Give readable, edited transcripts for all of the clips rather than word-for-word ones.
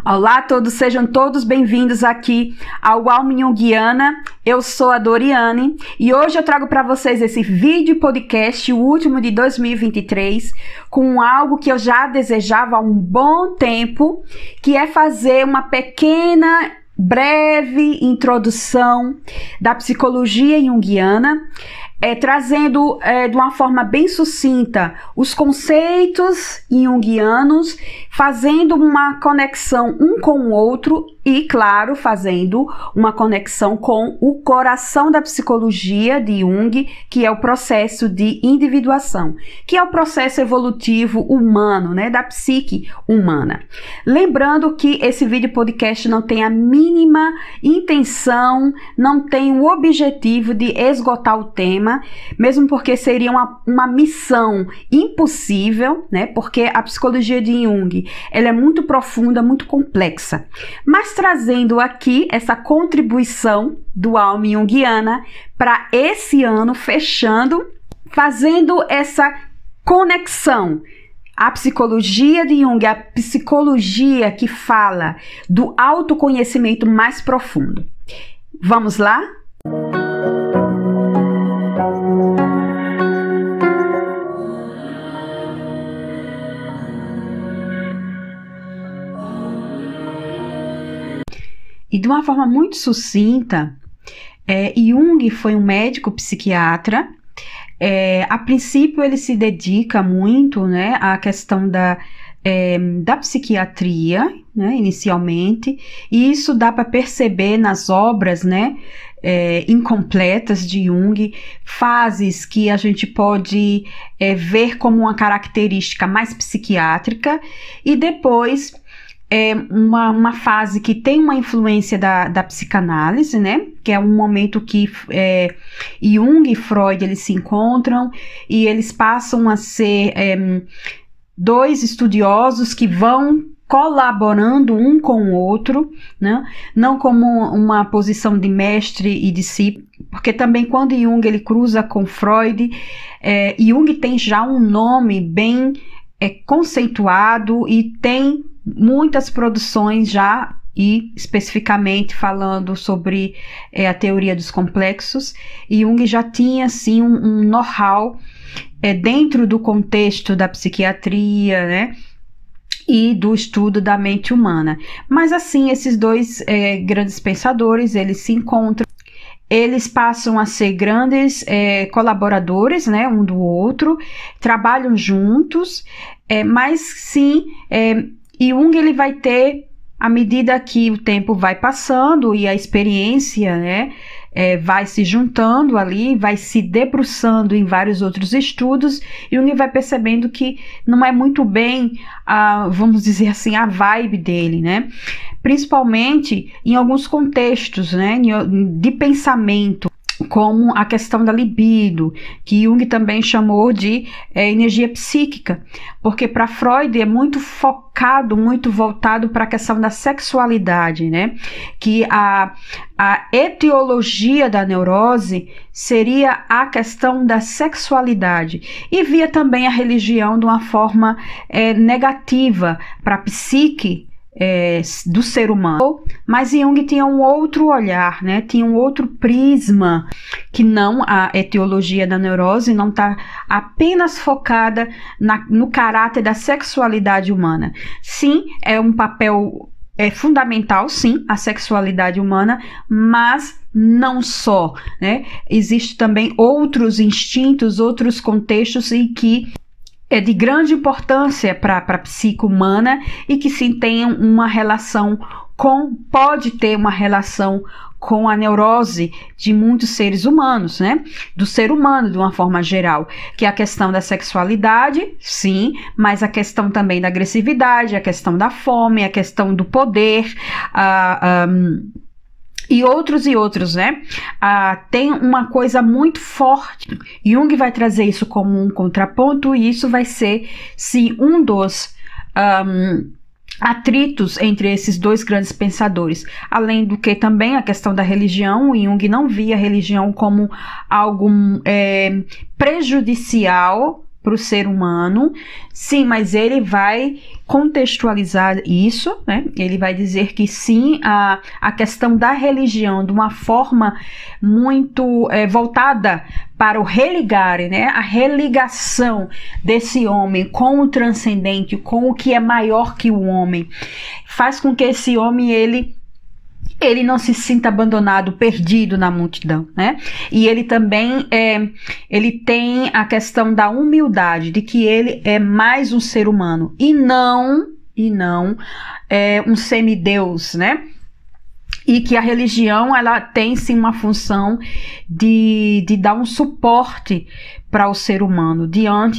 Olá a todos, sejam todos bem-vindos aqui ao Alma Junguiana. Eu sou a Doriane e hoje eu trago para vocês esse vídeo podcast, o último de 2023, com algo que eu já desejava há um bom tempo, que é fazer uma pequena, breve introdução da psicologia junguiana, trazendo de uma forma bem sucinta os conceitos junguianos, fazendo uma conexão um com o outro e, claro, fazendo uma conexão com o coração da psicologia de Jung, que é o processo de individuação, que é o processo evolutivo humano, né, da psique humana. Lembrando que esse vídeo podcast não tem a mínima intenção, não tem o objetivo de esgotar o tema, mesmo porque seria uma missão impossível, né, porque a psicologia de Jung, ela é muito profunda, muito complexa, mas trazendo aqui essa contribuição do Alma Junguiana para esse ano, fechando, fazendo essa conexão. A psicologia de Jung, a psicologia que fala do autoconhecimento mais profundo. Vamos lá? E de uma forma muito sucinta, Jung foi um médico psiquiatra. A princípio ele se dedica muito, né, à questão da psiquiatria, né, inicialmente, e isso dá para perceber nas obras, né, incompletas de Jung, fases que a gente pode ver como uma característica mais psiquiátrica, e depois uma fase que tem uma influência da psicanálise, né? Que é um momento que Jung e Freud eles se encontram e eles passam a ser dois estudiosos que vão colaborando um com o outro, né? Não como uma posição de mestre e discípulo, porque também quando Jung ele cruza com Freud, Jung tem já um nome bem conceituado e tem muitas produções já, e especificamente falando sobre a teoria dos complexos, e Jung já tinha assim um know-how dentro do contexto da psiquiatria, né, e do estudo da mente humana. Mas assim, esses dois grandes pensadores, eles se encontram, eles passam a ser grandes colaboradores, né, um do outro, trabalham juntos, mas sim, Jung ele vai ter, à medida que o tempo vai passando e a experiência, né, vai se juntando ali, vai se debruçando em vários outros estudos, Jung vai percebendo que não é muito bem, vamos dizer assim, a vibe dele, né? Principalmente em alguns contextos, né, de pensamento, como a questão da libido, que Jung também chamou de energia psíquica, porque para Freud é muito focado, muito voltado para a questão da sexualidade, né? Que a etiologia da neurose seria a questão da sexualidade, e via também a religião de uma forma negativa para a psique do ser humano. Mas Jung tinha um outro olhar, né? Tinha um outro prisma, que não a etiologia da neurose não está apenas focada no caráter da sexualidade humana. Sim, é um papel fundamental, sim, a sexualidade humana, mas não só, né? Existem também outros instintos, outros contextos em que é de grande importância para a psique humana e que sim tem uma relação pode ter uma relação com a neurose de muitos seres humanos, né? Do ser humano de uma forma geral, que é a questão da sexualidade, sim, mas a questão também da agressividade, a questão da fome, a questão do poder, e outros, né? Tem uma coisa muito forte. Jung vai trazer isso como um contraponto, e isso vai ser, sim, um dos atritos entre esses dois grandes pensadores. Além do que também a questão da religião, Jung não via a religião como algo prejudicial para o ser humano, sim, mas ele vai contextualizar isso, né? Ele vai dizer que sim, a questão da religião de uma forma muito voltada para o religare, né? A religação desse homem com o transcendente, com o que é maior que o homem, faz com que esse homem ele não se sinta abandonado, perdido na multidão, né? E ele também ele tem a questão da humildade, de que ele é mais um ser humano e não um semideus, né? E que a religião, ela tem sim uma função de dar um suporte para o ser humano diante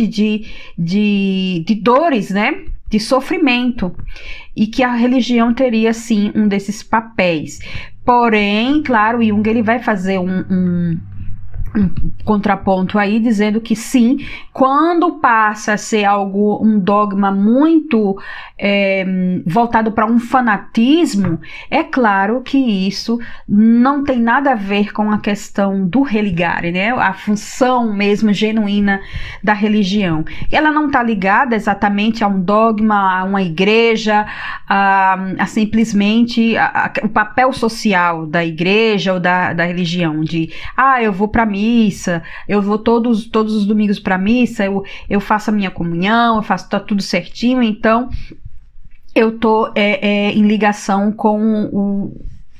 de dores, né? De sofrimento, e que a religião teria sim um desses papéis. Porém, claro, Jung ele vai fazer um contraponto aí, dizendo que sim, quando passa a ser um dogma muito voltado para um fanatismo, é claro que isso não tem nada a ver com a questão do religare, né? A função mesmo genuína da religião. Ela não está ligada exatamente a um dogma, a uma igreja, a simplesmente o papel social da igreja ou da religião, de eu vou para missa, eu vou todos os domingos para missa, eu faço a minha comunhão, tá tudo certinho, então eu tô em ligação com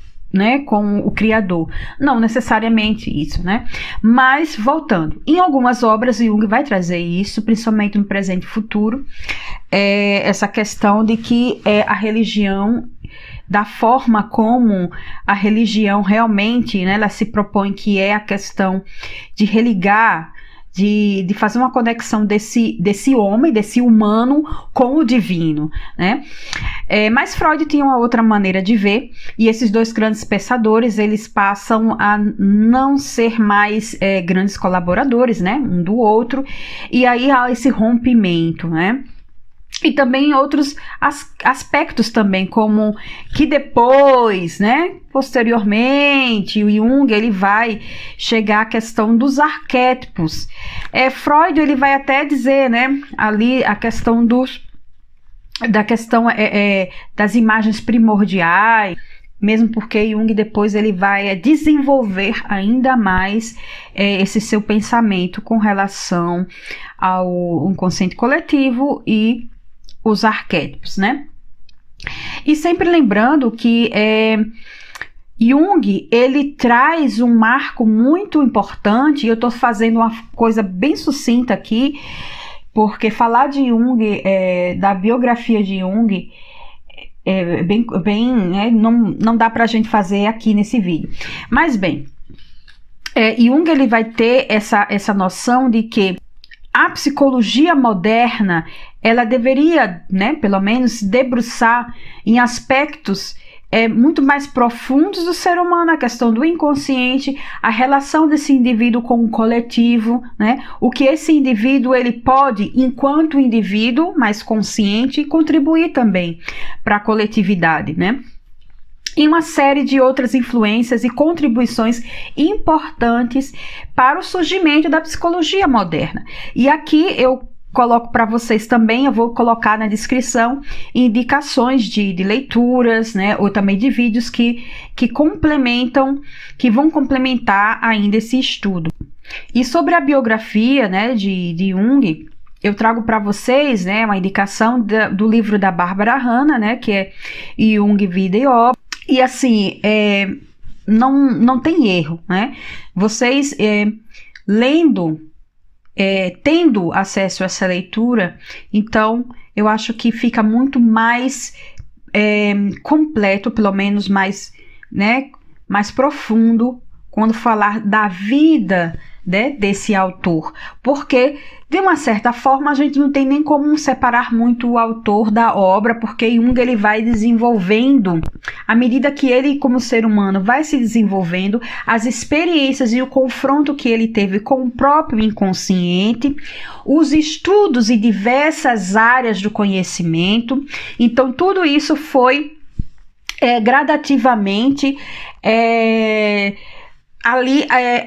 o Criador. Não necessariamente isso, né? Mas, voltando, em algumas obras, Jung vai trazer isso, principalmente no presente e futuro, essa questão de que a religião, da forma como a religião realmente, né, ela se propõe, que é a questão de religar, de fazer uma conexão desse homem, desse humano com o divino, né? Mas Freud tinha uma outra maneira de ver, e esses dois grandes pensadores, eles passam a não ser mais grandes colaboradores, né, um do outro, e aí há esse rompimento, né? E também outros aspectos também, como que depois, né, posteriormente, o Jung ele vai chegar à questão dos arquétipos. Freud ele vai até dizer, né, ali a questão das imagens primordiais, mesmo porque Jung depois ele vai desenvolver ainda mais esse seu pensamento com relação ao inconsciente coletivo e os arquétipos, né? E sempre lembrando que Jung, ele traz um marco muito importante, e eu estou fazendo uma coisa bem sucinta aqui, porque falar de Jung, da biografia de Jung, né, não dá para a gente fazer aqui nesse vídeo. Mas bem, Jung ele vai ter essa noção de que a psicologia moderna, ela deveria, né, pelo menos, se debruçar em aspectos muito mais profundos do ser humano, a questão do inconsciente, a relação desse indivíduo com o coletivo, né, o que esse indivíduo ele pode, enquanto indivíduo mais consciente, contribuir também para a coletividade, né? E uma série de outras influências e contribuições importantes para o surgimento da psicologia moderna. E aqui eu coloco para vocês também, eu vou colocar na descrição indicações de leituras, né, ou também de vídeos que complementam, que vão complementar ainda esse estudo. E sobre a biografia, né, de Jung, eu trago para vocês, né, uma indicação do livro da Bárbara Hanna, né, que é Jung, Vida e Obra. E assim, não tem erro, né? Vocês lendo, tendo acesso a essa leitura, então eu acho que fica muito mais completo, pelo menos mais profundo, quando falar da vida, né, desse autor, porque de uma certa forma a gente não tem nem como separar muito o autor da obra, porque Jung ele vai desenvolvendo, à medida que ele como ser humano vai se desenvolvendo, as experiências e o confronto que ele teve com o próprio inconsciente, os estudos em diversas áreas do conhecimento, então tudo isso foi gradativamente ali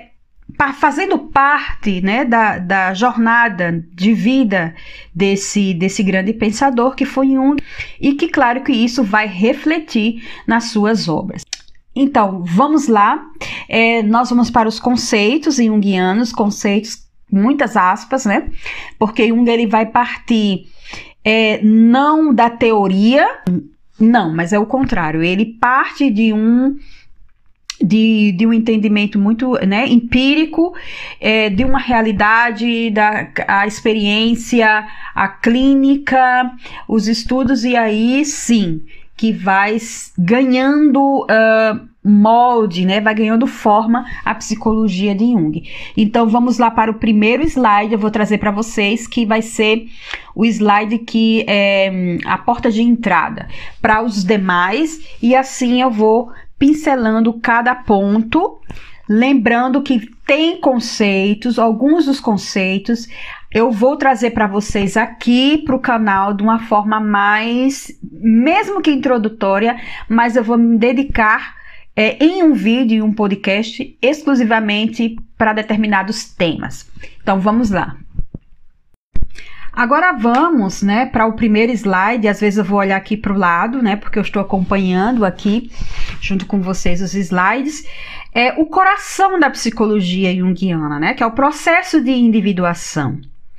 fazendo parte, né, da jornada de vida desse grande pensador que foi Jung, e que claro que isso vai refletir nas suas obras. Então, vamos lá, nós vamos para os conceitos junguianos, conceitos, muitas aspas, né, porque Jung ele vai partir não da teoria, não, mas é o contrário, ele parte de um entendimento muito, né, empírico, de uma realidade, a experiência, a clínica, os estudos, e aí sim, que vai ganhando molde, né, vai ganhando forma a psicologia de Jung. Então vamos lá para o primeiro slide, eu vou trazer para vocês, que vai ser o slide que é a porta de entrada para os demais, e assim eu vou pincelando cada ponto, lembrando que tem conceitos, alguns dos conceitos eu vou trazer para vocês aqui para o canal de uma forma mais, mesmo que introdutória, mas eu vou me dedicar em um vídeo, em um podcast, exclusivamente para determinados temas. Então vamos lá. Agora vamos, né, para o primeiro slide. Às vezes eu vou olhar aqui para o lado, né, porque eu estou acompanhando aqui junto com vocês os slides. O coração da psicologia junguiana, né, que é o processo de individuação.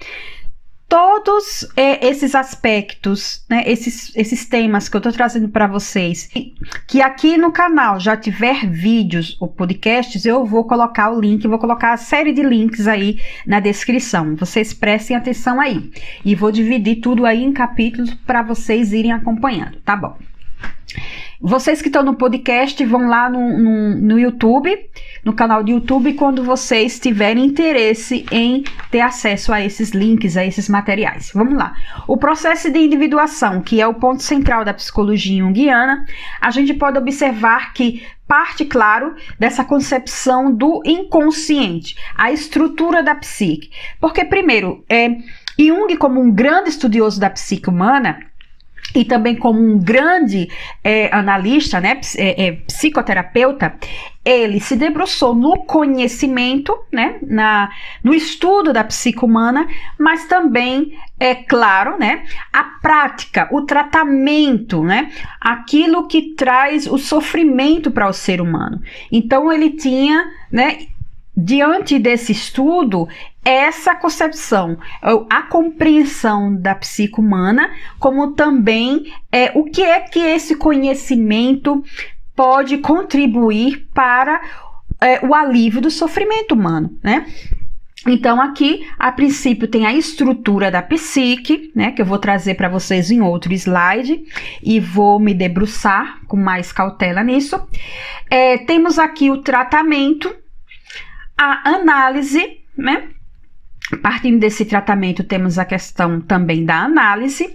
Todos esses aspectos, né, esses temas que eu estou trazendo para vocês, que aqui no canal já tiver vídeos ou podcasts, eu vou colocar o link, vou colocar a série de links aí na descrição. Vocês prestem atenção aí. E vou dividir tudo aí em capítulos para vocês irem acompanhando, tá bom? Vocês que estão no podcast, vão lá no YouTube, no canal do YouTube, quando vocês tiverem interesse em ter acesso a esses links, a esses materiais. Vamos lá. O processo de individuação, que é o ponto central da psicologia junguiana, a gente pode observar que parte, claro, dessa concepção do inconsciente, a estrutura da psique. Porque, primeiro, Jung, como um grande estudioso da psique humana, e também como um grande analista, né, psicoterapeuta, ele se debruçou no conhecimento, né, no estudo da psique humana, mas também, claro, né, a prática, o tratamento, né, aquilo que traz o sofrimento para o ser humano. Então ele tinha, né, diante desse estudo, essa concepção, a compreensão da psique humana, como também o que é que esse conhecimento pode contribuir para o alívio do sofrimento humano, né? Então aqui, a princípio, tem a estrutura da psique, né, que eu vou trazer para vocês em outro slide e vou me debruçar com mais cautela nisso. Temos aqui o tratamento, a análise, né? Partindo desse tratamento, temos a questão também da análise,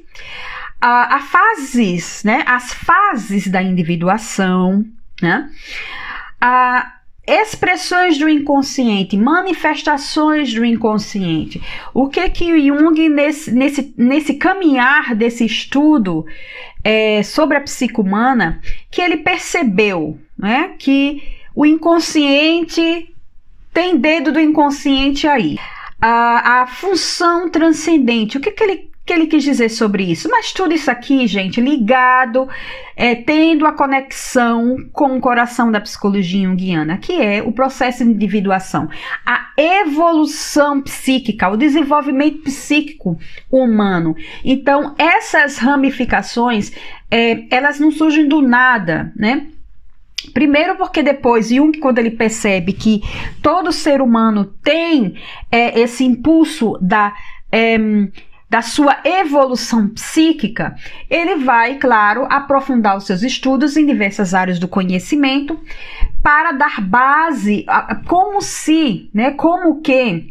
né? As fases da individuação, né? Expressões do inconsciente, manifestações do inconsciente. O que o Jung, nesse caminhar desse estudo sobre a psique humana, que ele percebeu, né? Que o inconsciente tem dedo do inconsciente aí. A função transcendente, o que ele quis dizer sobre isso? Mas tudo isso aqui, gente, ligado, tendo a conexão com o coração da psicologia junguiana, que é o processo de individuação, a evolução psíquica, o desenvolvimento psíquico humano. Então, essas ramificações, elas não surgem do nada, né? Primeiro porque depois Jung, quando ele percebe que todo ser humano tem esse impulso da sua evolução psíquica, ele vai, claro, aprofundar os seus estudos em diversas áreas do conhecimento para dar base como que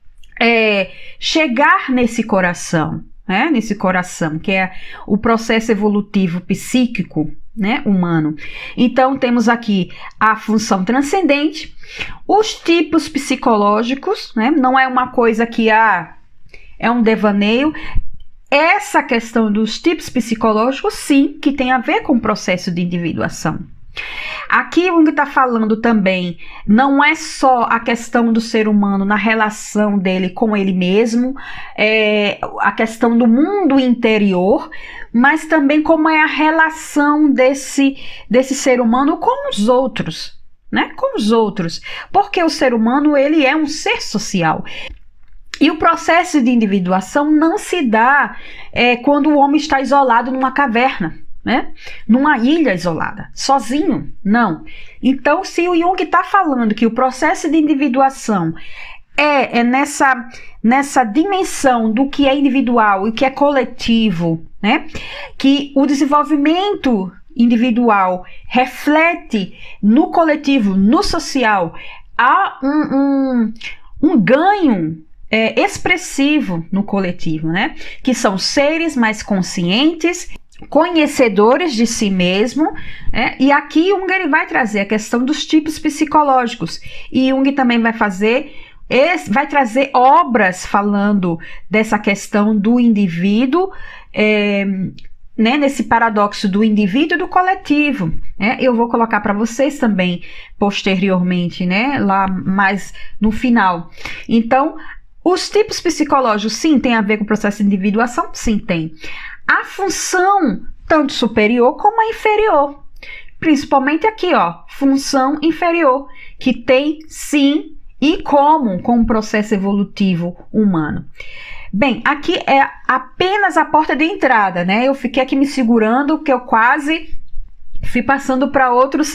chegar nesse coração, né? Nesse coração, que é o processo evolutivo psíquico, né, humano. Então temos aqui a função transcendente, os tipos psicológicos, né, não é uma coisa que é um devaneio. Essa questão dos tipos psicológicos, sim, que tem a ver com o processo de individuação. Aqui Jung está falando também, não é só a questão do ser humano na relação dele com ele mesmo, a questão do mundo interior, mas também como é a relação desse ser humano com os outros, né? Com os outros, porque o ser humano ele é um ser social. E o processo de individuação não se dá quando o homem está isolado numa caverna, né? Numa ilha isolada, sozinho, não. Então, se o Jung está falando que o processo de individuação é nessa dimensão do que é individual e o que é coletivo, né? Que o desenvolvimento individual reflete no coletivo, no social, há um ganho expressivo no coletivo, né? Que são seres mais conscientes, conhecedores de si mesmo, e aqui Jung ele vai trazer a questão dos tipos psicológicos, e Jung também vai trazer obras falando dessa questão do indivíduo, né, nesse paradoxo do indivíduo e do coletivo. Eu vou colocar para vocês também posteriormente, né, lá mais no final. Então, os tipos psicológicos, sim, tem a ver com o processo de individuação? Sim, tem. A função tanto superior como a inferior. Principalmente aqui, ó, função inferior, que tem, sim, e como com o processo evolutivo humano. Bem, aqui é apenas a porta de entrada, né? Eu fiquei aqui me segurando, porque eu quase fui passando para outros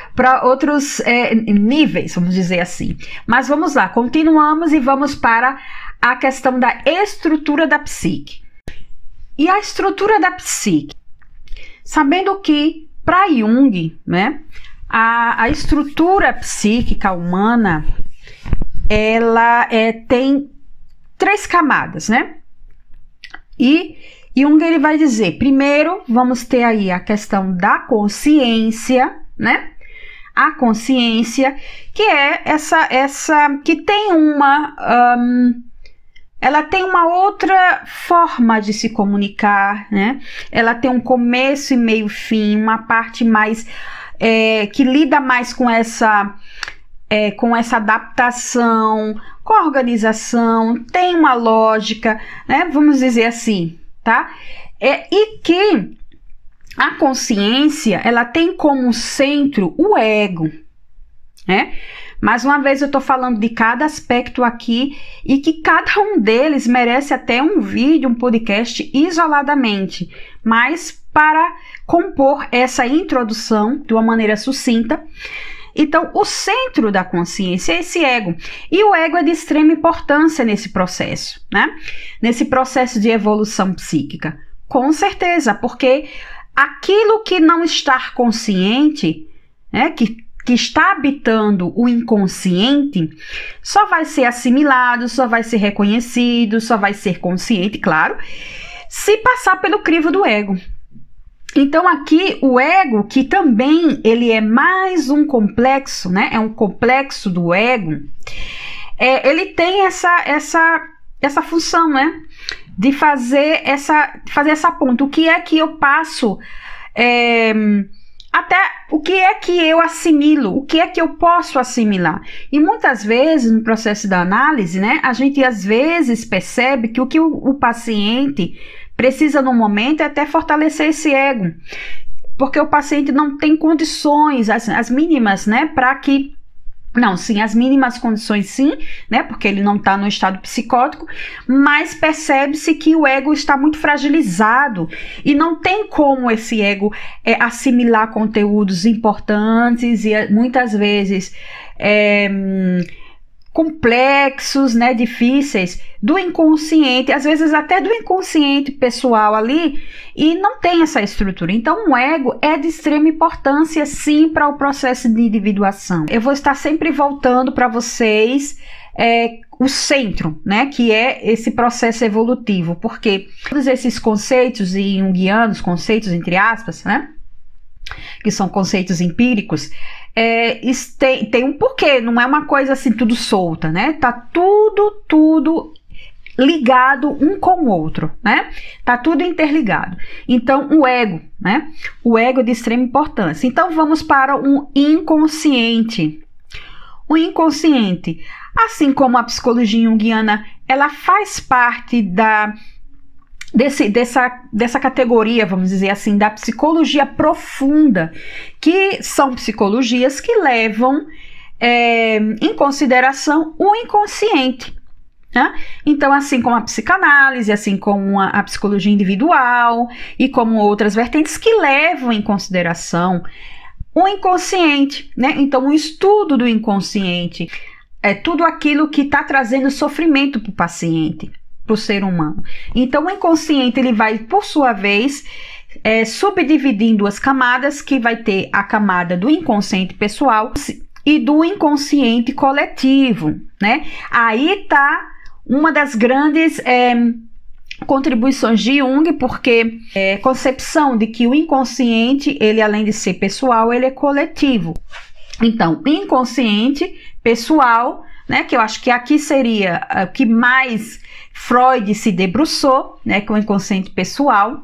níveis, vamos dizer assim. Mas vamos lá, continuamos e vamos para a questão da estrutura da psique. E a estrutura da psique, sabendo que para Jung, né, a estrutura psíquica humana, ela tem 3 camadas, né? E Jung ele vai dizer, primeiro vamos ter aí a questão da consciência, né? A consciência, que é essa que tem ela tem uma outra forma de se comunicar, né? Ela tem um começo e meio fim, uma parte mais que lida mais com essa adaptação, com a organização, tem uma lógica, né? Vamos dizer assim, tá? E que a consciência, ela tem como centro o ego, né? Mais uma vez eu estou falando de cada aspecto aqui e que cada um deles merece até um vídeo, um podcast isoladamente, mas para compor essa introdução de uma maneira sucinta. Então, o centro da consciência é esse ego, e o ego é de extrema importância nesse processo, né? Nesse processo de evolução psíquica, com certeza, porque aquilo que não está consciente, né, que está habitando o inconsciente, só vai ser assimilado, só vai ser reconhecido, só vai ser consciente, claro, se passar pelo crivo do ego. Então aqui o ego, que também ele é mais um complexo, né? É um complexo do ego. Ele tem essa função, né? De fazer essa ponta. O que é que eu passo? Até o que é que eu assimilo? O que é que eu posso assimilar? E muitas vezes no processo da análise, né? A gente às vezes percebe que o que o paciente precisa no momento é até fortalecer esse ego, porque o paciente não tem condições, as mínimas, né, para que... Não, sim, as mínimas condições sim, né, porque ele não está no estado psicótico, mas percebe-se que o ego está muito fragilizado e não tem como esse ego assimilar conteúdos importantes e muitas vezes complexos, né, difíceis, do inconsciente, às vezes até do inconsciente pessoal ali, e não tem essa estrutura. Então o ego é de extrema importância sim para o processo de individuação. Eu vou estar sempre voltando para vocês o centro, né, que é esse processo evolutivo, porque todos esses conceitos junguianos, conceitos entre aspas, né, que são conceitos empíricos, tem um porquê, não é uma coisa assim tudo solta, né? Tá tudo ligado um com o outro, né? Tá tudo interligado. Então, o ego, né? O ego é de extrema importância. Então, vamos para o inconsciente. O inconsciente, assim como a psicologia junguiana, ela faz parte dessa categoria, vamos dizer assim, da psicologia profunda, que são psicologias que levam em consideração o inconsciente. Né? Então, assim como a psicanálise, assim como a psicologia individual e como outras vertentes que levam em consideração o inconsciente, né? Então, o estudo do inconsciente é tudo aquilo que está trazendo sofrimento para o paciente, para o ser humano. Então, o inconsciente ele vai, por sua vez, subdividir em duas camadas, que vai ter a camada do inconsciente pessoal e do inconsciente coletivo, né? Aí tá uma das grandes contribuições de Jung, porque concepção de que o inconsciente, ele além de ser pessoal, ele é coletivo. Então, inconsciente pessoal, né, que eu acho que aqui seria o que mais Freud se debruçou, né, com o inconsciente pessoal.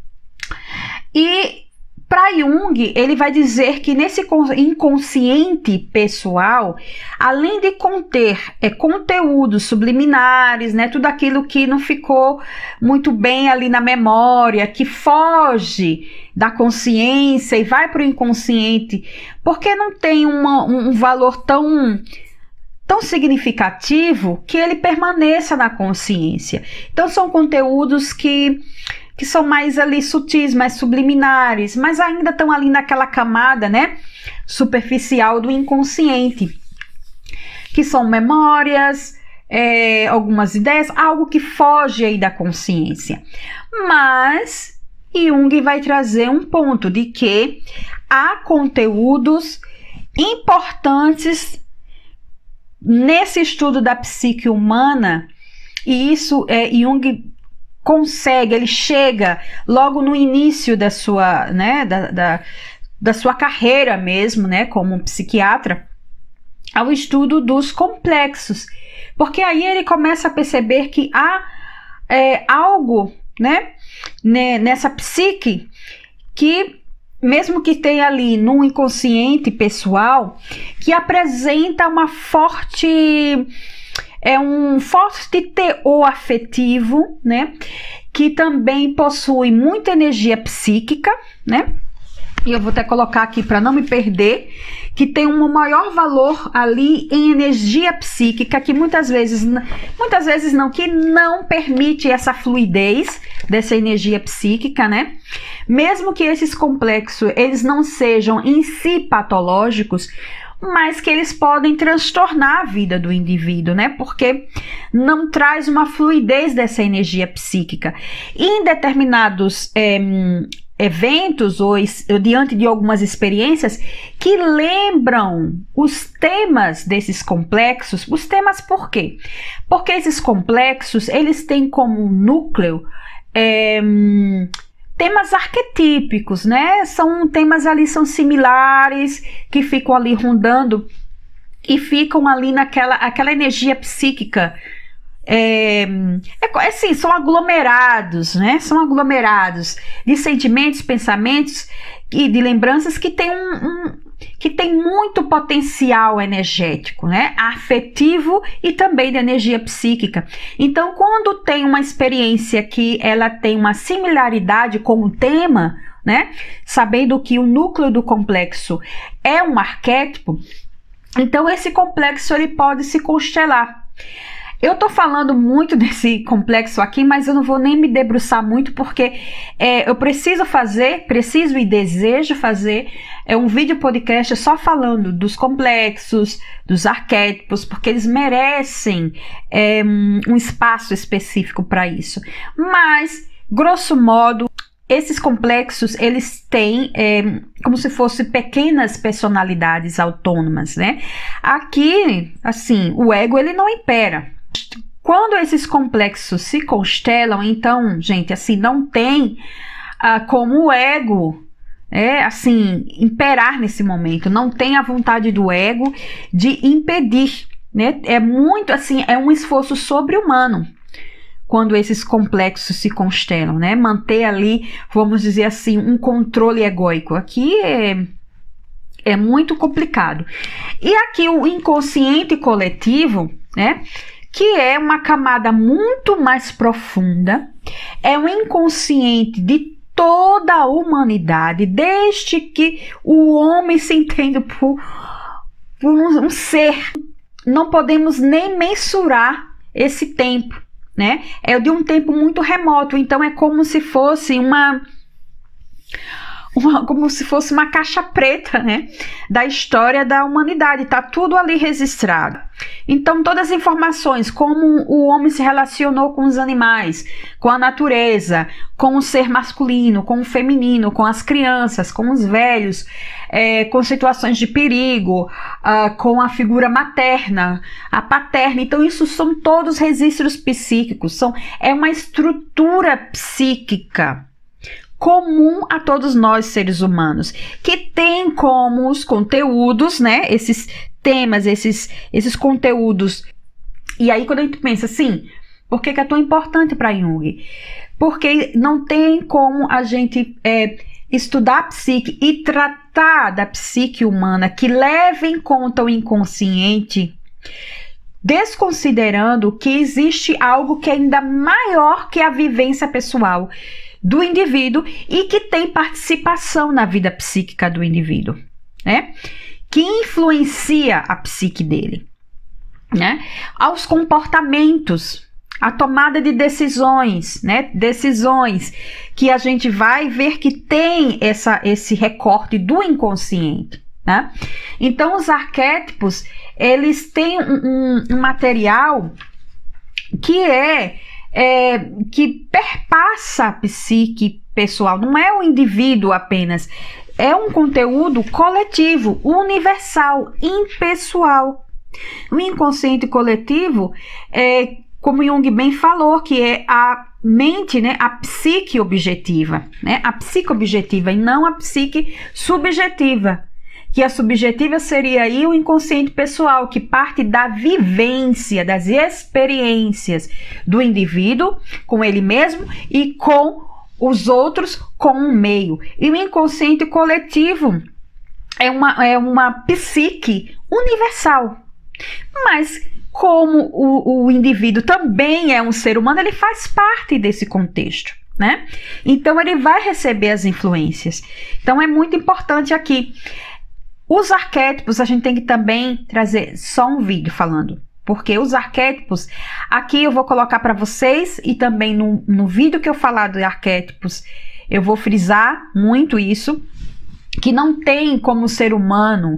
E para Jung, ele vai dizer que nesse inconsciente pessoal, além de conter conteúdos subliminares, né, tudo aquilo que não ficou muito bem ali na memória, que foge da consciência e vai para o inconsciente, porque não tem um valor tão significativo que ele permaneça na consciência. Então, são conteúdos que são mais ali sutis, mais subliminares, mas ainda estão ali naquela camada, né, superficial do inconsciente, que são memórias, algumas ideias, algo que foge aí da consciência. Mas Jung vai trazer um ponto de que há conteúdos importantes nesse estudo da psique humana, e isso Jung consegue, ele chega logo no início da sua, né, da sua carreira mesmo, né, como psiquiatra, ao estudo dos complexos, porque aí ele começa a perceber que há algo, né, nessa psique que, mesmo que tenha ali no inconsciente pessoal, que apresenta um forte teor afetivo, né? Que também possui muita energia psíquica, né? E eu vou até colocar aqui para não me perder, que tem um maior valor ali em energia psíquica, que muitas vezes não, que não permite essa fluidez dessa energia psíquica, né? Mesmo que esses complexos, eles não sejam em si patológicos, mas que eles podem transtornar a vida do indivíduo, né? Porque não traz uma fluidez dessa energia psíquica. E em determinados eventos ou diante de algumas experiências que lembram os temas desses complexos. Os temas por quê? Porque esses complexos, eles têm como núcleo temas arquetípicos, né? São temas ali, são similares, que ficam ali rondando e ficam ali aquela energia psíquica. Assim, são aglomerados, né? São aglomerados de sentimentos, pensamentos e de lembranças que tem que tem muito potencial energético, né? Afetivo e também de energia psíquica. Então, quando tem uma experiência que ela tem uma similaridade com o tema, né? Sabendo que o núcleo do complexo é um arquétipo, então esse complexo ele pode se constelar. Eu tô falando muito desse complexo aqui, mas eu não vou nem me debruçar muito, porque eu preciso e desejo fazer um vídeo podcast só falando dos complexos, dos arquétipos, porque eles merecem um espaço específico para isso. Mas, grosso modo, esses complexos, eles têm como se fossem pequenas personalidades autônomas, né? Aqui, assim, o ego, ele não impera. Quando esses complexos se constelam, então, gente, assim, não tem como o ego, assim, imperar nesse momento. Não tem a vontade do ego de impedir, né? É muito, assim, é um esforço sobre-humano. quando esses complexos se constelam, né? Manter ali, vamos dizer assim, um controle egóico. Aqui é muito complicado. E aqui o inconsciente coletivo, né? Que é uma camada muito mais profunda, é um inconsciente de toda a humanidade, desde que o homem se entende por um ser. Não podemos nem mensurar esse tempo, né? É de um tempo muito remoto, então é como se fosse como se fosse uma caixa preta, né, da história da humanidade, está tudo ali registrado. Então todas as informações, como o homem se relacionou com os animais, com a natureza, com o ser masculino, com o feminino, com as crianças, com os velhos, com situações de perigo, com a figura materna, a paterna, então isso são todos registros psíquicos, é uma estrutura psíquica comum a todos nós seres humanos, que tem como os conteúdos, né, esses temas, esses conteúdos. E aí quando a gente pensa assim, por que é tão importante para Jung? Porque não tem como a gente estudar a psique e tratar da psique humana que leva em conta o inconsciente, desconsiderando que existe algo que é ainda maior que a vivência pessoal do indivíduo e que tem participação na vida psíquica do indivíduo, né? Que influencia a psique dele, né? Aos comportamentos, a tomada de decisões, né? Decisões que a gente vai ver que tem esse recorte do inconsciente, né? Então, os arquétipos, eles têm um material que perpassa a psique pessoal, não é o indivíduo apenas, é um conteúdo coletivo, universal, impessoal. O inconsciente coletivo como Jung bem falou, que é a mente, né, a psique objetiva, né, a psique objetiva e não a psique subjetiva. Que a subjetiva seria aí o inconsciente pessoal, que parte da vivência, das experiências do indivíduo com ele mesmo e com os outros, com o meio. E o inconsciente coletivo é uma psique universal. Mas como o indivíduo também é um ser humano, ele faz parte desse contexto, né? Então ele vai receber as influências. Então é muito importante aqui. Os arquétipos, a gente tem que também trazer só um vídeo falando, porque os arquétipos, aqui eu vou colocar para vocês e também no vídeo que eu falar de arquétipos, eu vou frisar muito isso, que não tem como ser humano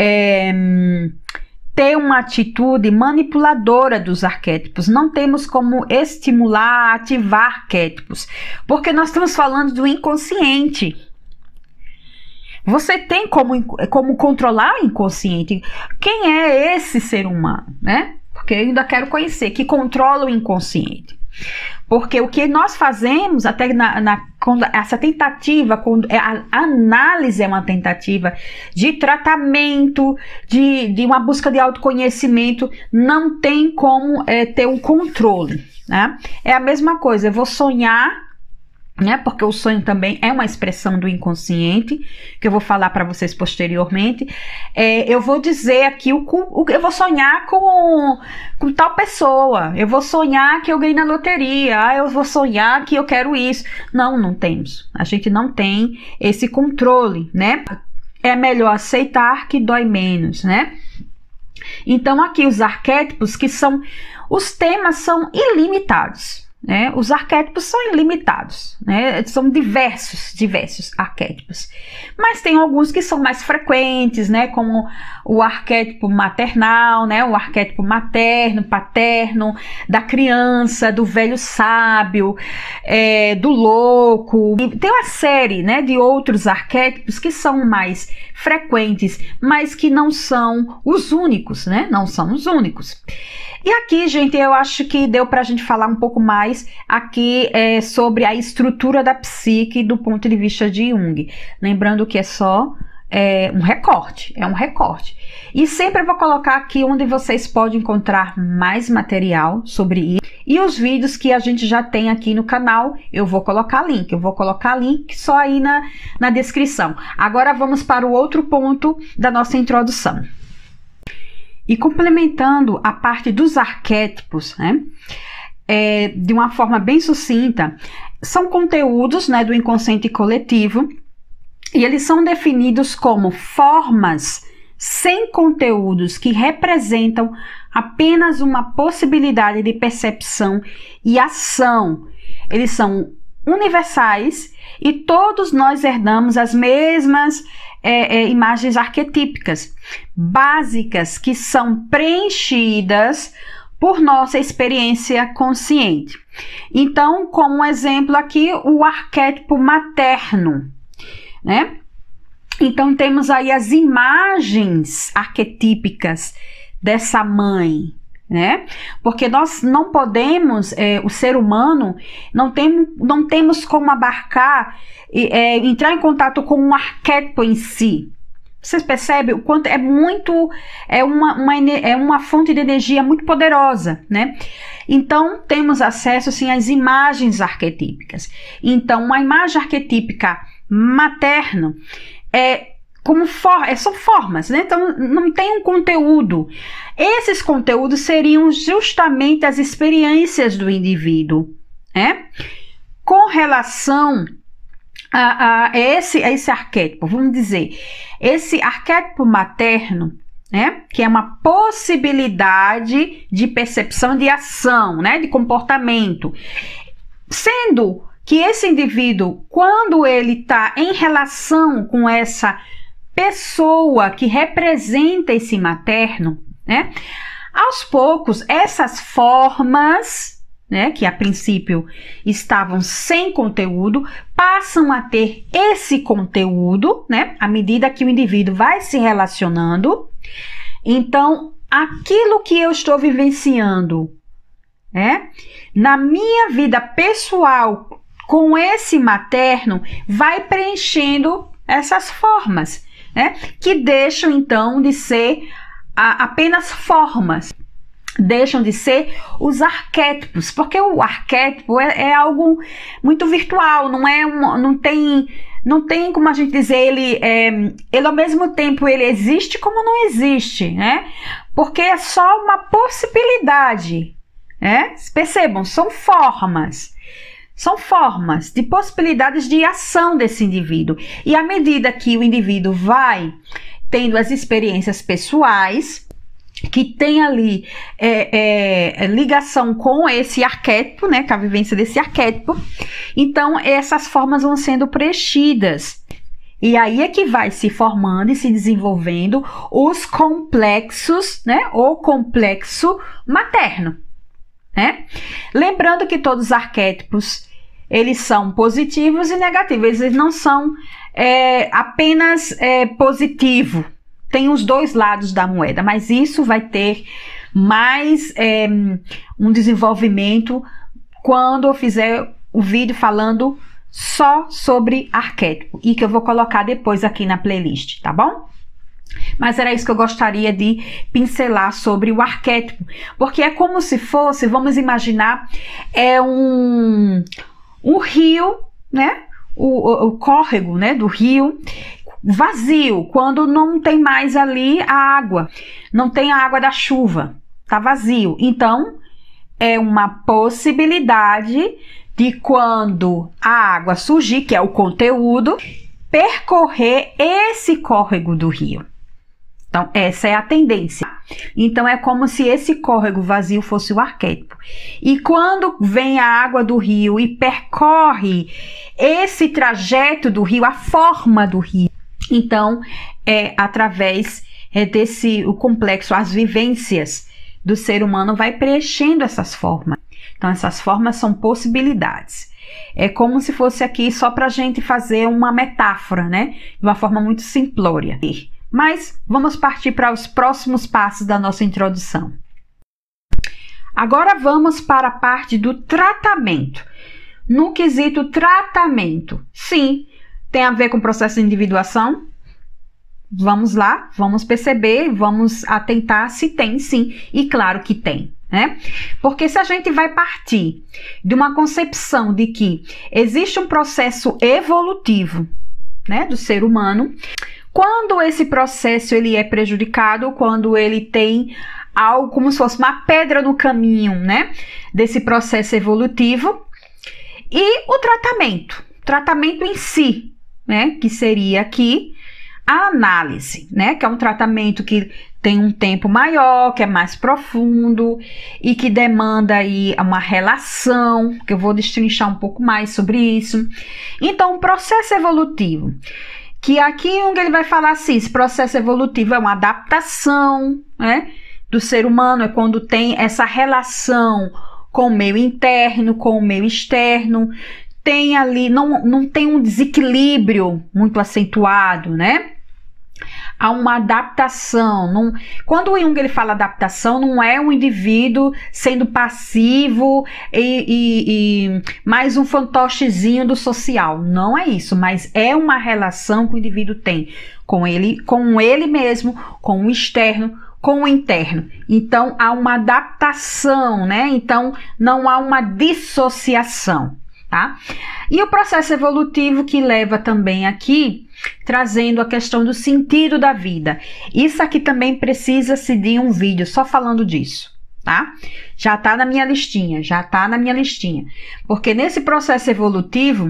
ter uma atitude manipuladora dos arquétipos, não temos como estimular, ativar arquétipos, porque nós estamos falando do inconsciente. Você tem como controlar o inconsciente? Quem é esse ser humano, né? Porque eu ainda quero conhecer, que controla o inconsciente. Porque o que nós fazemos, até essa tentativa, a análise é uma tentativa de tratamento, de uma busca de autoconhecimento, não tem como ter um controle, né? É a mesma coisa, eu vou sonhar, né, porque o sonho também é uma expressão do inconsciente, que eu vou falar para vocês posteriormente. Eu vou dizer aqui, eu vou sonhar com tal pessoa, eu vou sonhar que eu ganhei na loteria, eu vou sonhar que eu quero isso. Não temos, a gente não tem esse controle, né? É melhor aceitar que dói menos, né? Então aqui os arquétipos, os temas são ilimitados. Né? Os arquétipos são ilimitados, né? São diversos arquétipos, mas tem alguns que são mais frequentes, né? Como o arquétipo maternal, né? O arquétipo materno, paterno, da criança, do velho sábio, do louco. E tem uma série, né, de outros arquétipos que são mais frequentes, mas que não são os únicos, né? Não são os únicos. E aqui, gente, eu acho que deu para a gente falar um pouco mais aqui sobre a estrutura da psique do ponto de vista de Jung. Lembrando que é só um recorte, é um recorte. E sempre eu vou colocar aqui onde vocês podem encontrar mais material sobre isso. E os vídeos que a gente já tem aqui no canal, eu vou colocar link, só aí na descrição. Agora vamos para o outro ponto da nossa introdução. E complementando a parte dos arquétipos, né, de uma forma bem sucinta, são conteúdos, né, do inconsciente coletivo, e eles são definidos como formas sem conteúdos que representam apenas uma possibilidade de percepção e ação. Eles são universais e todos nós herdamos as mesmas imagens arquetípicas básicas que são preenchidas por nossa experiência consciente. Então, como exemplo aqui, o arquétipo materno, né? Então, temos aí as imagens arquetípicas dessa mãe, né? Porque nós não podemos, o ser humano, não temos como abarcar, entrar em contato com um arquétipo em si. Vocês percebem o quanto é uma fonte de energia muito poderosa, né? Então, temos acesso, sim, às imagens arquetípicas. Então, uma imagem arquetípica materna são formas, né? Então, não tem um conteúdo. Esses conteúdos seriam justamente as experiências do indivíduo, né? Com relação a esse arquétipo, vamos dizer, esse arquétipo materno, né, que é uma possibilidade de percepção de ação, né, de comportamento, sendo que esse indivíduo, quando ele está em relação com essa pessoa que representa esse materno, né, aos poucos essas formas, né, que a princípio estavam sem conteúdo, passam a ter esse conteúdo, né, à medida que o indivíduo vai se relacionando. Então, aquilo que eu estou vivenciando, né, na minha vida pessoal com esse materno, vai preenchendo essas formas, né, que deixam então de ser apenas formas. Deixam de ser os arquétipos, porque o arquétipo é algo muito virtual, não tem como a gente dizer, ele ao mesmo tempo ele existe como não existe, né? Porque é só uma possibilidade, né? Percebam, são formas de possibilidades de ação desse indivíduo. E à medida que o indivíduo vai tendo as experiências pessoais, que tem ali ligação com esse arquétipo, né, com a vivência desse arquétipo, então essas formas vão sendo preenchidas. E aí é que vai se formando e se desenvolvendo os complexos, né, o complexo materno, né? Lembrando que todos os arquétipos, eles são positivos e negativos, eles não são apenas positivo. Tem os dois lados da moeda, mas isso vai ter mais um desenvolvimento quando eu fizer o vídeo falando só sobre arquétipo, e que eu vou colocar depois aqui na playlist, tá bom? Mas era isso que eu gostaria de pincelar sobre o arquétipo, porque é como se fosse, vamos imaginar, um rio, né? O córrego, né, do rio, vazio, quando não tem mais ali a água, não tem a água da chuva, tá vazio. Então, é uma possibilidade de, quando a água surgir, que é o conteúdo, percorrer esse córrego do rio. Então, essa é a tendência. Então, é como se esse córrego vazio fosse o arquétipo. E quando vem a água do rio e percorre esse trajeto do rio, a forma do rio, então, através o complexo, as vivências do ser humano vai preenchendo essas formas. Então, essas formas são possibilidades. É como se fosse aqui só para a gente fazer uma metáfora, né? De uma forma muito simplória. Mas vamos partir para os próximos passos da nossa introdução. Agora vamos para a parte do tratamento. No quesito tratamento, sim, tem a ver com o processo de individuação, vamos lá, vamos perceber, vamos atentar se tem sim, e claro que tem, né? Porque se a gente vai partir de uma concepção de que existe um processo evolutivo, né, do ser humano, quando esse processo ele é prejudicado, quando ele tem algo como se fosse uma pedra no caminho, né, desse processo evolutivo, e o tratamento em si, né, que seria aqui a análise, né, que é um tratamento que tem um tempo maior, que é mais profundo e que demanda aí uma relação, que eu vou destrinchar um pouco mais sobre isso. Então, o processo evolutivo, que aqui ele vai falar assim, esse processo evolutivo é uma adaptação, né, do ser humano, é quando tem essa relação com o meio interno, com o meio externo, tem ali, não tem um desequilíbrio muito acentuado, né? Há uma adaptação. Quando o Jung ele fala adaptação, não é um indivíduo sendo passivo e mais um fantochezinho do social. Não é isso, mas é uma relação que o indivíduo tem com ele mesmo, com o externo, com o interno. Então, há uma adaptação, né? Então, não há uma dissociação, tá? E o processo evolutivo que leva também aqui, trazendo a questão do sentido da vida. Isso aqui também precisa-se de um vídeo só falando disso, tá? Já tá na minha listinha, Porque nesse processo evolutivo,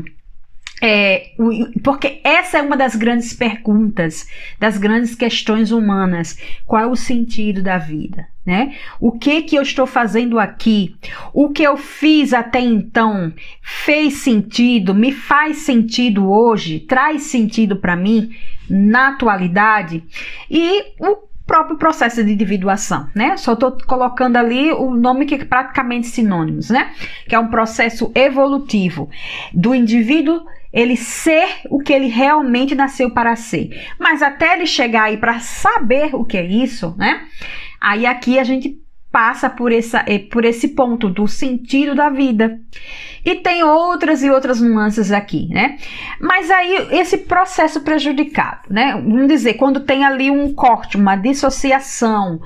porque essa é uma das grandes perguntas, das grandes questões humanas. Qual é o sentido da vida, né? O que eu estou fazendo aqui? O que eu fiz até então fez sentido? Me faz sentido hoje? Traz sentido para mim na atualidade? E o próprio processo de individuação, né? Só estou colocando ali o nome que é praticamente sinônimos, né? Que é um processo evolutivo do indivíduo, ele ser o que ele realmente nasceu para ser. Mas até ele chegar aí para saber o que é isso, né? Aí aqui a gente passa por esse ponto do sentido da vida. E tem outras e outras nuances aqui, né? Mas aí esse processo prejudicado, né? Vamos dizer, quando tem ali um corte, uma dissociação,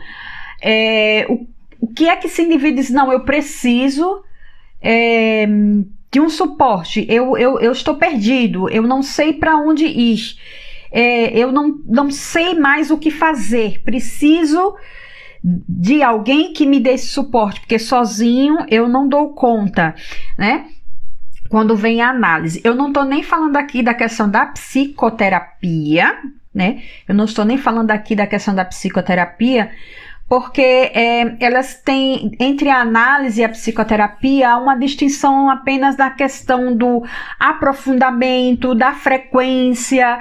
o que é que esse indivíduo diz? Não, eu preciso de um suporte, eu estou perdido, eu não sei para onde ir, eu não sei mais o que fazer, preciso de alguém que me dê esse suporte, porque sozinho eu não dou conta, né? Quando vem a análise, eu não estou nem falando aqui da questão da psicoterapia, né? Eu não estou nem falando aqui da questão da psicoterapia, porque elas têm, entre a análise e a psicoterapia, há uma distinção apenas da questão do aprofundamento, da frequência,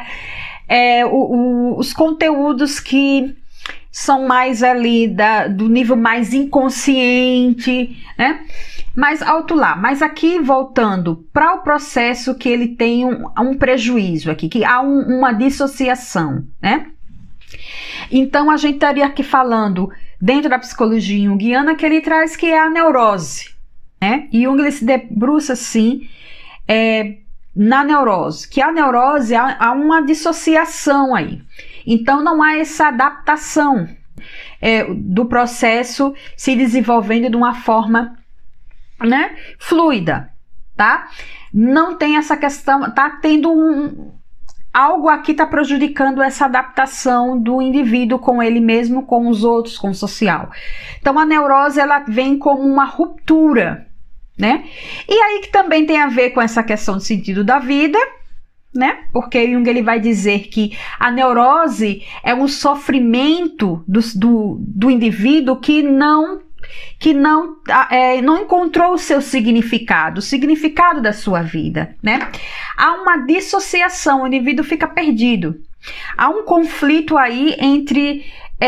os conteúdos que são mais ali do nível mais inconsciente, né? Mas alto lá. Mas aqui, voltando para o processo que ele tem um prejuízo aqui, que há uma dissociação, né? Então, a gente estaria aqui falando, dentro da psicologia junguiana, que ele traz que é a neurose, né? E Jung ele se debruça, assim, na neurose, que a neurose há uma dissociação aí. Então, não há essa adaptação do processo se desenvolvendo de uma forma, né, fluida, tá? Não tem essa questão, tá tendo algo aqui está prejudicando essa adaptação do indivíduo com ele mesmo, com os outros, com o social. Então, a neurose, ela vem como uma ruptura, né? E aí que também tem a ver com essa questão do sentido da vida, né? Porque Jung ele vai dizer que a neurose é um sofrimento do indivíduo que não encontrou o seu significado, o significado da sua vida, né? Há uma dissociação, o indivíduo fica perdido. Há um conflito aí entre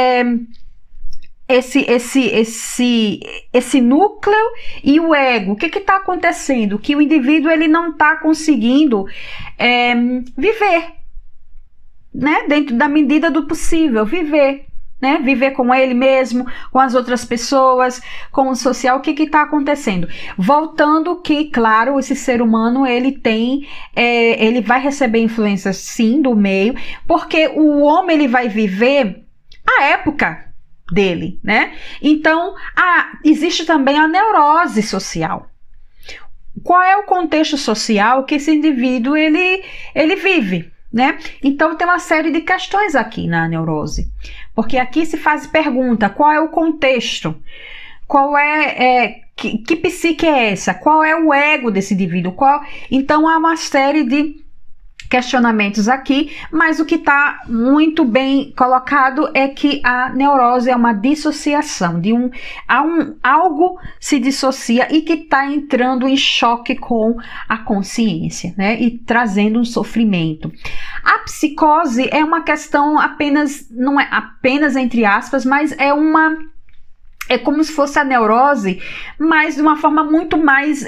esse núcleo e o ego. O que está acontecendo? Que o indivíduo ele não está conseguindo viver, né? Dentro da medida do possível, viver, né? Viver com ele mesmo, com as outras pessoas, com o social, o que está acontecendo? Voltando que, claro, esse ser humano, ele vai receber influências, sim, do meio, porque o homem, ele vai viver a época dele, né? Então, existe também a neurose social. Qual é o contexto social que esse indivíduo, ele vive, né? Então, tem uma série de questões aqui na neurose. Porque aqui se faz pergunta, qual é o contexto? Qual que psique é essa? Qual é o ego desse indivíduo? Então, há uma série de questionamentos aqui, mas o que está muito bem colocado é que a neurose é uma dissociação, algo se dissocia e que está entrando em choque com a consciência, né? E trazendo um sofrimento. A psicose é uma questão não é apenas entre aspas, mas é como se fosse a neurose, mas de uma forma muito mais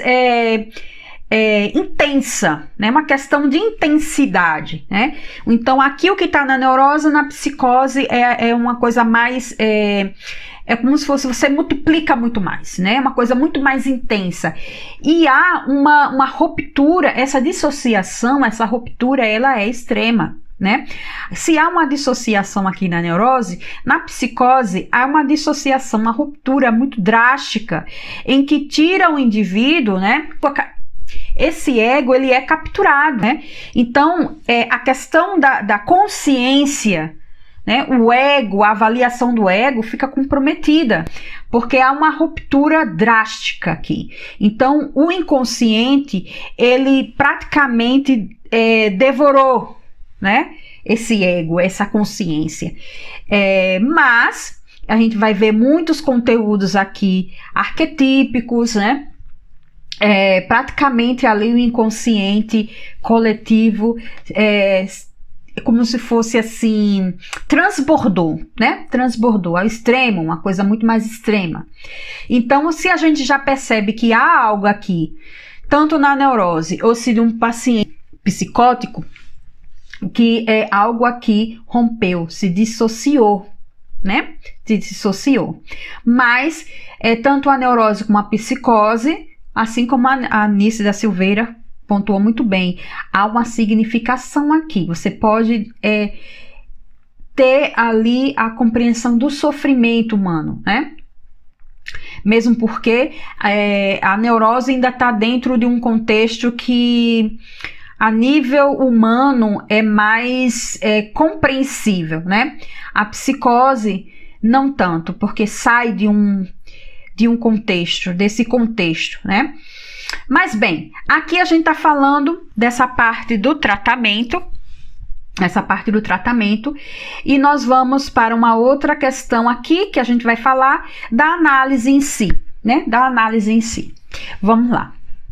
intensa, né? Uma questão de intensidade, né? Então, aqui o que está na neurose, na psicose, é uma coisa mais... É como se fosse, você multiplica muito mais, né? Uma coisa muito mais intensa. E há uma ruptura, essa dissociação, essa ruptura, ela é extrema, né? Se há uma dissociação aqui na neurose, na psicose há uma dissociação, uma ruptura muito drástica, em que tira o indivíduo, né? Esse ego, ele é capturado, né? Então, a questão da consciência, né? O ego, a avaliação do ego fica comprometida, porque há uma ruptura drástica aqui. Então, o inconsciente, ele praticamente devorou, né? Esse ego, essa consciência. Mas a gente vai ver muitos conteúdos aqui arquetípicos, né? Praticamente ali o inconsciente coletivo como se fosse assim, transbordou, né? Transbordou ao extremo, uma coisa muito mais extrema. Então, se a gente já percebe que há algo aqui, tanto na neurose ou se de um paciente psicótico, que algo aqui rompeu, se dissociou, né? Se dissociou. Mas tanto a neurose como a psicose, assim como a Anice da Silveira pontuou muito bem, há uma significação aqui. Você pode ter ali a compreensão do sofrimento humano, né? Mesmo porque a neurose ainda está dentro de um contexto que a nível humano é mais compreensível, né? A psicose não tanto, porque sai de um contexto, desse contexto, né? Mas bem, aqui a gente está falando dessa parte do tratamento, e nós vamos para uma outra questão aqui, que a gente vai falar da análise em si, né? Da análise em si. Vamos lá.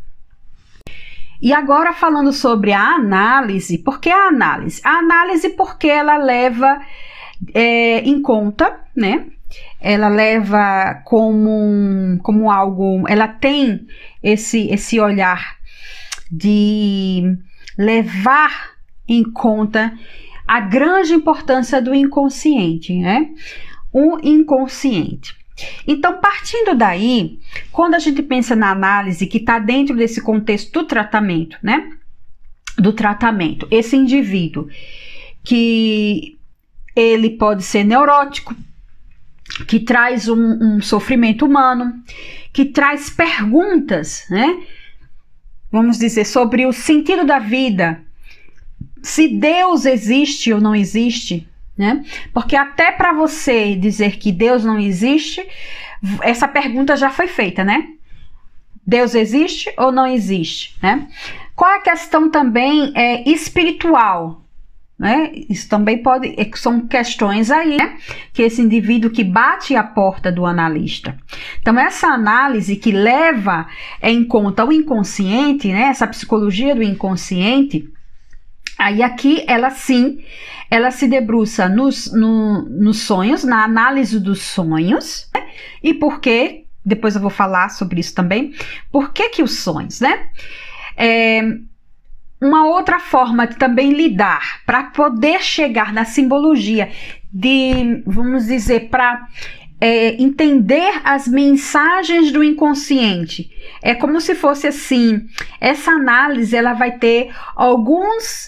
E agora falando sobre a análise, por que a análise? A análise porque ela leva em conta, né? Ela leva como algo, ela tem esse olhar de levar em conta a grande importância do inconsciente, né? O inconsciente. Então, partindo daí, quando a gente pensa na análise que está dentro desse contexto do tratamento, né? Do tratamento, esse indivíduo que ele pode ser neurótico, que traz um sofrimento humano, que traz perguntas, né? Vamos dizer, sobre o sentido da vida, se Deus existe ou não existe, né? Porque até para você dizer que Deus não existe, essa pergunta já foi feita, né? Deus existe ou não existe, né? Qual é a questão também espiritual? Né? Isso também são questões aí, né? Que esse indivíduo que bate a porta do analista. Então, essa análise que leva em conta o inconsciente, né? Essa psicologia do inconsciente, aí aqui ela se debruça nos sonhos, na análise dos sonhos, né? E por quê? Depois eu vou falar sobre isso também. Por que os sonhos, né? uma outra forma de também lidar para poder chegar na simbologia de, vamos dizer, para entender as mensagens do inconsciente. É como se fosse assim, essa análise ela vai ter algumas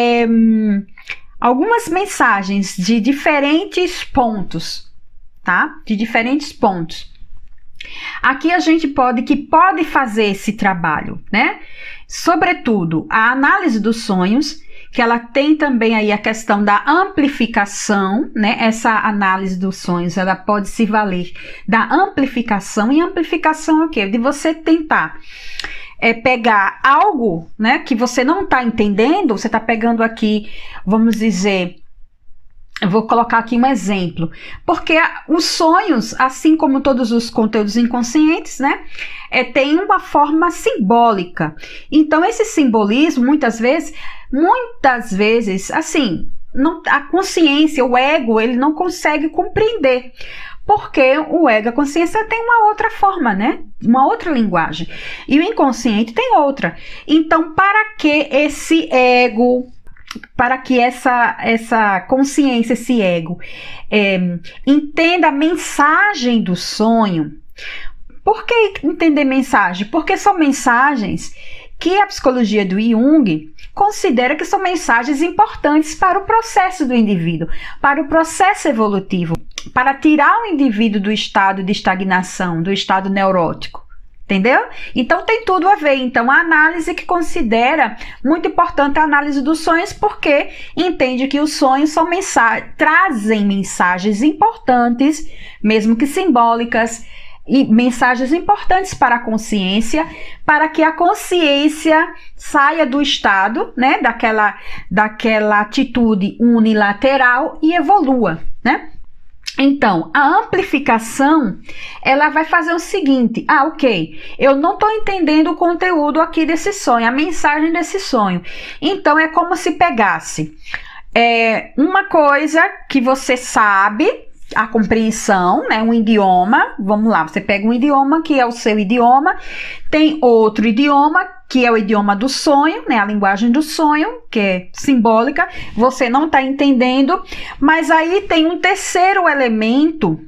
mensagens de diferentes pontos, tá? De diferentes pontos. Aqui a gente pode fazer esse trabalho, né? Sobretudo, a análise dos sonhos, que ela tem também aí a questão da amplificação, né? Essa análise dos sonhos, ela pode se valer da amplificação. E amplificação é o quê? De você tentar pegar algo, né, que você não está entendendo, você está pegando aqui, vamos dizer, eu vou colocar aqui um exemplo, porque os sonhos, assim como todos os conteúdos inconscientes, né, tem uma forma simbólica. Então, esse simbolismo, muitas vezes, assim, a consciência, o ego, ele não consegue compreender. Porque o ego, a consciência tem uma outra forma, né? Uma outra linguagem. E o inconsciente tem outra. Então, para que esse ego, para que essa consciência, esse ego, entenda a mensagem do sonho. Por que entender mensagem? Porque são mensagens que a psicologia do Jung considera que são mensagens importantes para o processo do indivíduo, para o processo evolutivo, para tirar o indivíduo do estado de estagnação, do estado neurótico. Entendeu? Então tem tudo a ver. Então a análise que considera muito importante a análise dos sonhos, porque entende que os sonhos são trazem mensagens importantes, mesmo que simbólicas, e mensagens importantes para a consciência, para que a consciência saia do estado, né, daquela atitude unilateral e evolua, né? Então, a amplificação, ela vai fazer o seguinte, ok, eu não estou entendendo o conteúdo aqui desse sonho, a mensagem desse sonho. Então, é como se pegasse uma coisa que você sabe, a compreensão, né, um idioma, vamos lá, você pega um idioma que é o seu idioma, tem outro idioma que é o idioma do sonho, né, a linguagem do sonho, que é simbólica, você não está entendendo, mas aí tem um terceiro elemento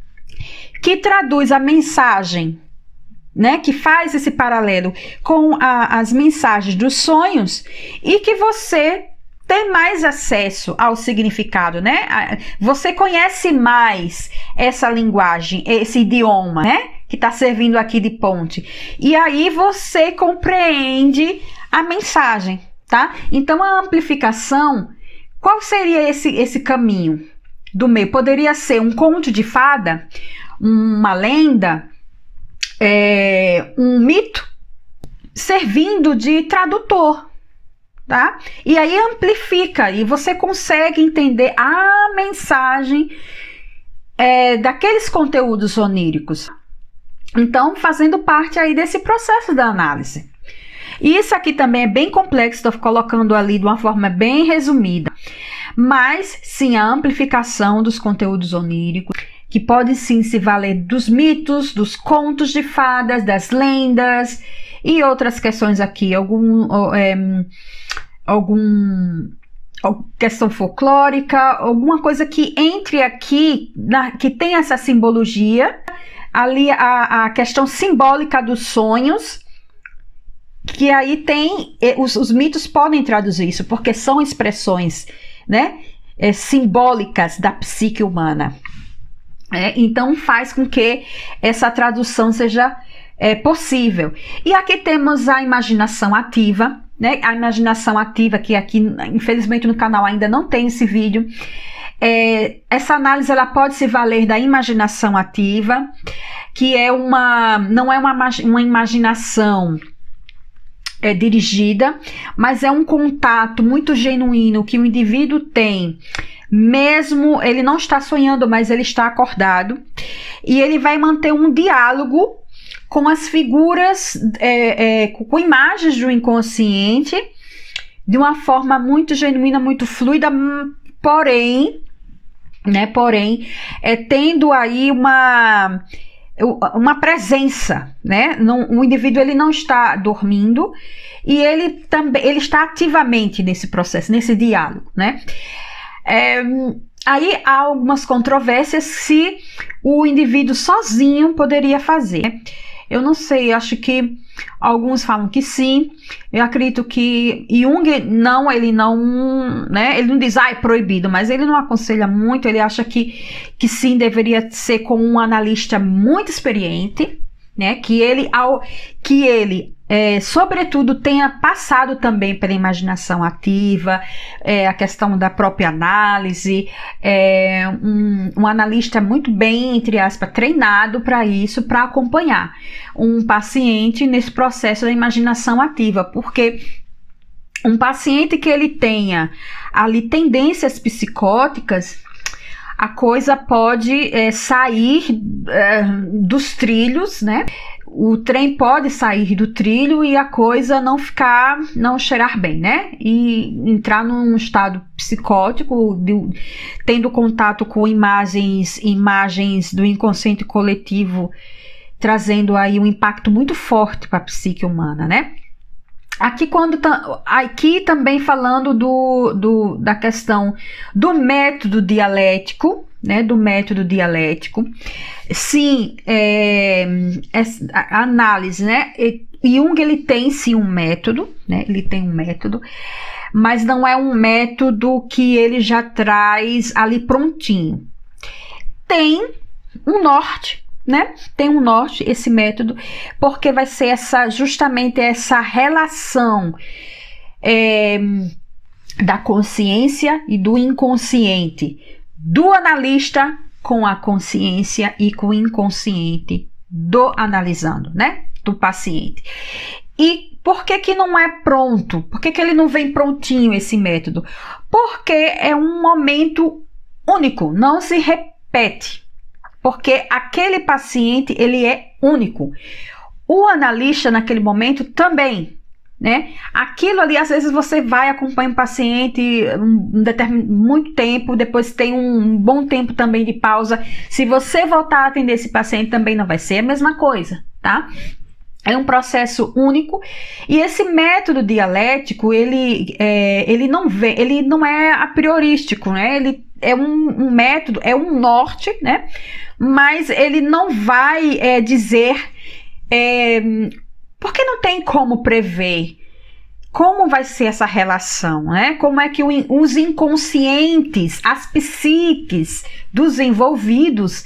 que traduz a mensagem, né, que faz esse paralelo com as mensagens dos sonhos e que você tem mais acesso ao significado, né? Você conhece mais essa linguagem, esse idioma, né? Que está servindo aqui de ponte. E aí você compreende a mensagem, tá? Então, a amplificação, qual seria esse caminho do meio? Poderia ser um conto de fada, uma lenda, um mito, servindo de tradutor. Tá? E aí amplifica e você consegue entender a mensagem daqueles conteúdos oníricos. Então, fazendo parte aí desse processo da análise. E isso aqui também é bem complexo, estou colocando ali de uma forma bem resumida. Mas, sim, a amplificação dos conteúdos oníricos, que pode sim se valer dos mitos, dos contos de fadas, das lendas e outras questões aqui, questão folclórica, alguma coisa que entre aqui, que tem essa simbologia, ali a questão simbólica dos sonhos, que aí tem, os mitos podem traduzir isso, porque são expressões, né, simbólicas da psique humana. Então faz com que essa tradução seja possível. E aqui temos a imaginação ativa, né? A imaginação ativa, que aqui, infelizmente, no canal ainda não tem esse vídeo. Essa análise ela pode se valer da imaginação ativa, que não é uma imaginação dirigida, mas é um contato muito genuíno que o indivíduo tem, mesmo ele não está sonhando, mas ele está acordado, e ele vai manter um diálogo com as figuras, com imagens do inconsciente, de uma forma muito genuína, muito fluida, porém, tendo aí uma presença, né? O indivíduo ele não está dormindo e ele está ativamente nesse processo, nesse diálogo, né? Aí há algumas controvérsias se o indivíduo sozinho poderia fazer. Eu não sei, acho que alguns falam que sim. Eu acredito que Jung ele não diz, é proibido, mas ele não aconselha muito. Ele acha que sim, deveria ser com um analista muito experiente, né? Que ele sobretudo, tenha passado também pela imaginação ativa, a questão da própria análise, um analista muito bem, entre aspas, treinado para isso, para acompanhar um paciente nesse processo da imaginação ativa, porque um paciente que ele tenha ali tendências psicóticas, a coisa pode sair dos trilhos, né? O trem pode sair do trilho e a coisa não cheirar bem, né? E entrar num estado psicótico, tendo contato com imagens do inconsciente coletivo, trazendo aí um impacto muito forte para a psique humana, né? Aqui também falando da questão do método dialético, né? Do método dialético. Sim, a análise, né? Jung ele tem sim um método, né? Ele tem um método, mas não é um método que ele já traz ali prontinho. Tem um norte, né? Tem um norte esse método, porque vai ser justamente essa relação da consciência e do inconsciente, do analista com a consciência e com o inconsciente do analisando, né? Do paciente. E por que não é pronto? Por que ele não vem prontinho esse método? Porque é um momento único, não se repete. Porque aquele paciente, ele é único. O analista, naquele momento, também, né? Aquilo ali, às vezes, você vai acompanhar um paciente muito tempo, depois tem um bom tempo também de pausa. Se você voltar a atender esse paciente, também não vai ser a mesma coisa, tá? É um processo único, e esse método dialético, ele não é a priorístico, né? Ele é um método, é um norte, né? Mas ele não vai dizer, porque não tem como prever como vai ser essa relação, né? Como é que os inconscientes, as psiques dos envolvidos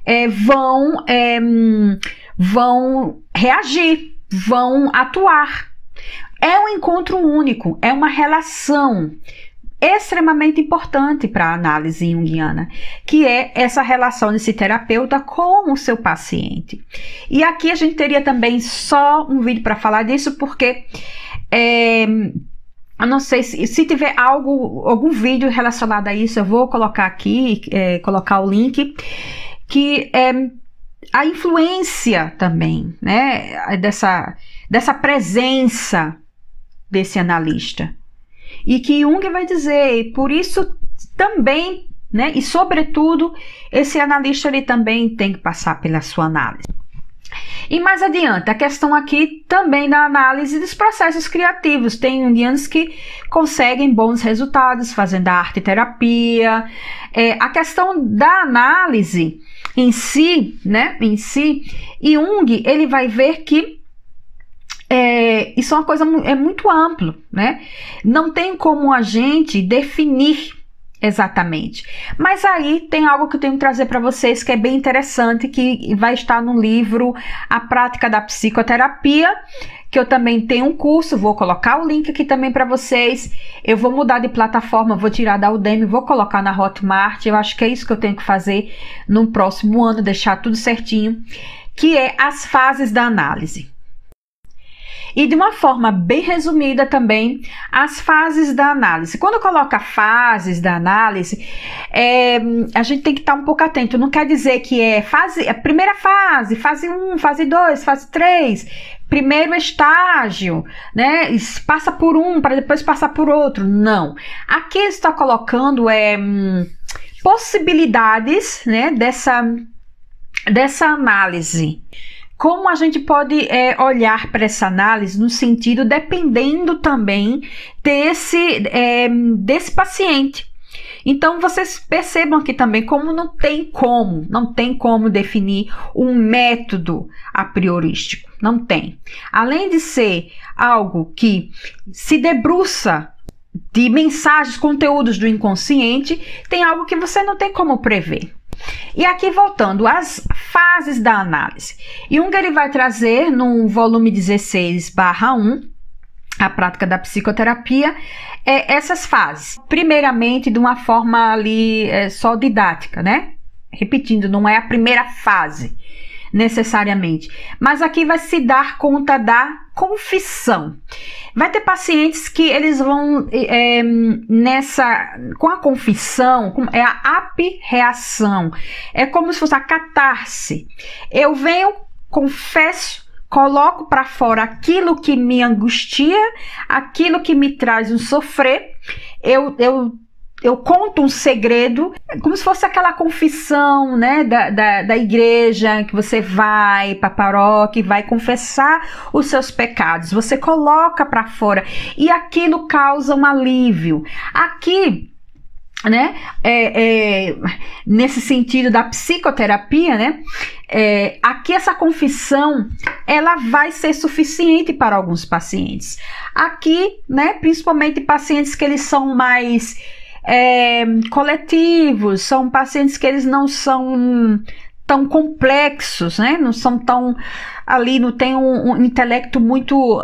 vão reagir, vão atuar. É um encontro único, é uma relação extremamente importante para a análise junguiana, que é essa relação desse terapeuta com o seu paciente. E aqui a gente teria também só um vídeo para falar disso, porque eu não sei se tiver algum vídeo relacionado a isso, eu vou colocar aqui, colocar o link, que a influência também, né, dessa presença desse analista. E que Jung vai dizer, por isso também, né, e sobretudo, esse analista ele também tem que passar pela sua análise. E mais adiante, a questão aqui também da análise dos processos criativos. Tem junguianos que conseguem bons resultados fazendo a arte terapia. A questão da análise em si, né, Jung ele vai ver que isso é uma coisa muito amplo, né? Não tem como a gente definir exatamente. Mas aí tem algo que eu tenho que trazer para vocês que é bem interessante, que vai estar no livro A Prática da Psicoterapia, que eu também tenho um curso, vou colocar o link aqui também para vocês. Eu vou mudar de plataforma, vou tirar da Udemy, vou colocar na Hotmart. Eu acho que é isso que eu tenho que fazer no próximo ano, deixar tudo certinho, que é as fases da análise. E de uma forma bem resumida também, as fases da análise. Quando coloca fases da análise, a gente tem que estar um pouco atento. Não quer dizer que a primeira fase, fase 1, fase 2, fase 3, primeiro estágio, né? Passa por um para depois passar por outro. Não. Aqui está colocando possibilidades, né, dessa análise. Como a gente pode olhar para essa análise no sentido, dependendo também desse paciente. Então, vocês percebam aqui também como não tem como definir um método a priorístico. Não tem. Além de ser algo que se debruça de mensagens, conteúdos do inconsciente, tem algo que você não tem como prever. E aqui voltando às fases da análise. Jung ele vai trazer no volume 16/1, a prática da psicoterapia, essas fases. Primeiramente, de uma forma ali só didática, né? Repetindo, não é a primeira fase, necessariamente. Mas aqui vai se dar conta da confissão. Vai ter pacientes que eles vão com a confissão, é a apreensão. É como se fosse a catarse. Eu venho, confesso, coloco para fora aquilo que me angustia, aquilo que me traz um sofrer. Eu conto um segredo, como se fosse aquela confissão, né, da igreja, que você vai para a paróquia e vai confessar os seus pecados. Você coloca para fora e aquilo causa um alívio. Aqui, né, nesse sentido da psicoterapia, né, aqui essa confissão ela vai ser suficiente para alguns pacientes. Aqui, né, principalmente pacientes que eles são mais coletivos, são pacientes que eles não são tão complexos, né, não são tão ali, não tem um intelecto muito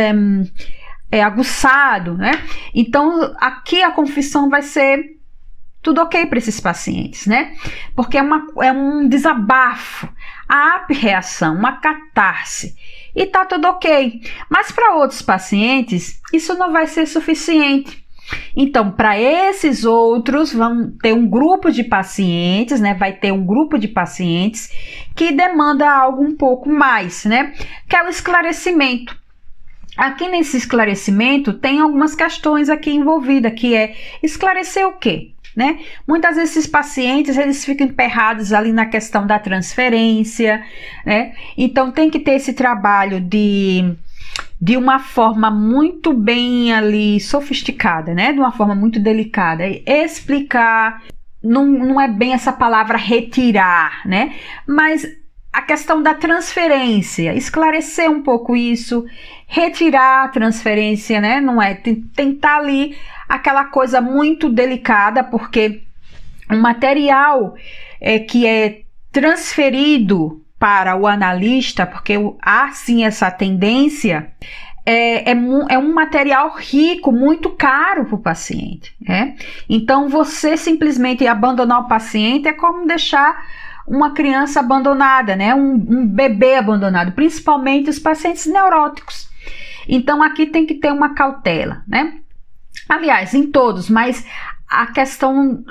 aguçado, né, então aqui a confissão vai ser tudo ok para esses pacientes, né? Porque é um desabafo, a reação, uma catarse, e tá tudo ok. Mas para outros pacientes, isso não vai ser suficiente. Então, para esses outros, vão ter um grupo de pacientes, né? Vai ter um grupo de pacientes que demanda algo um pouco mais, né? Que é o esclarecimento. Aqui nesse esclarecimento, tem algumas questões aqui envolvidas, que é esclarecer o quê? Né? Muitas vezes esses pacientes eles ficam emperrados ali na questão da transferência, né? Então tem que ter esse trabalho de uma forma muito bem ali sofisticada, né? De uma forma muito delicada, explicar, não é bem essa palavra retirar, né? Mas a questão da transferência, esclarecer um pouco isso, retirar a transferência, né? Não é tentar ali aquela coisa muito delicada, porque o material que é transferido para o analista, porque há sim essa tendência, é um material rico, muito caro para o paciente, né? Então, você simplesmente abandonar o paciente é como deixar uma criança abandonada, né? Um bebê abandonado, principalmente os pacientes neuróticos. Então, aqui tem que ter uma cautela, né? Aliás, em todos, mas a questão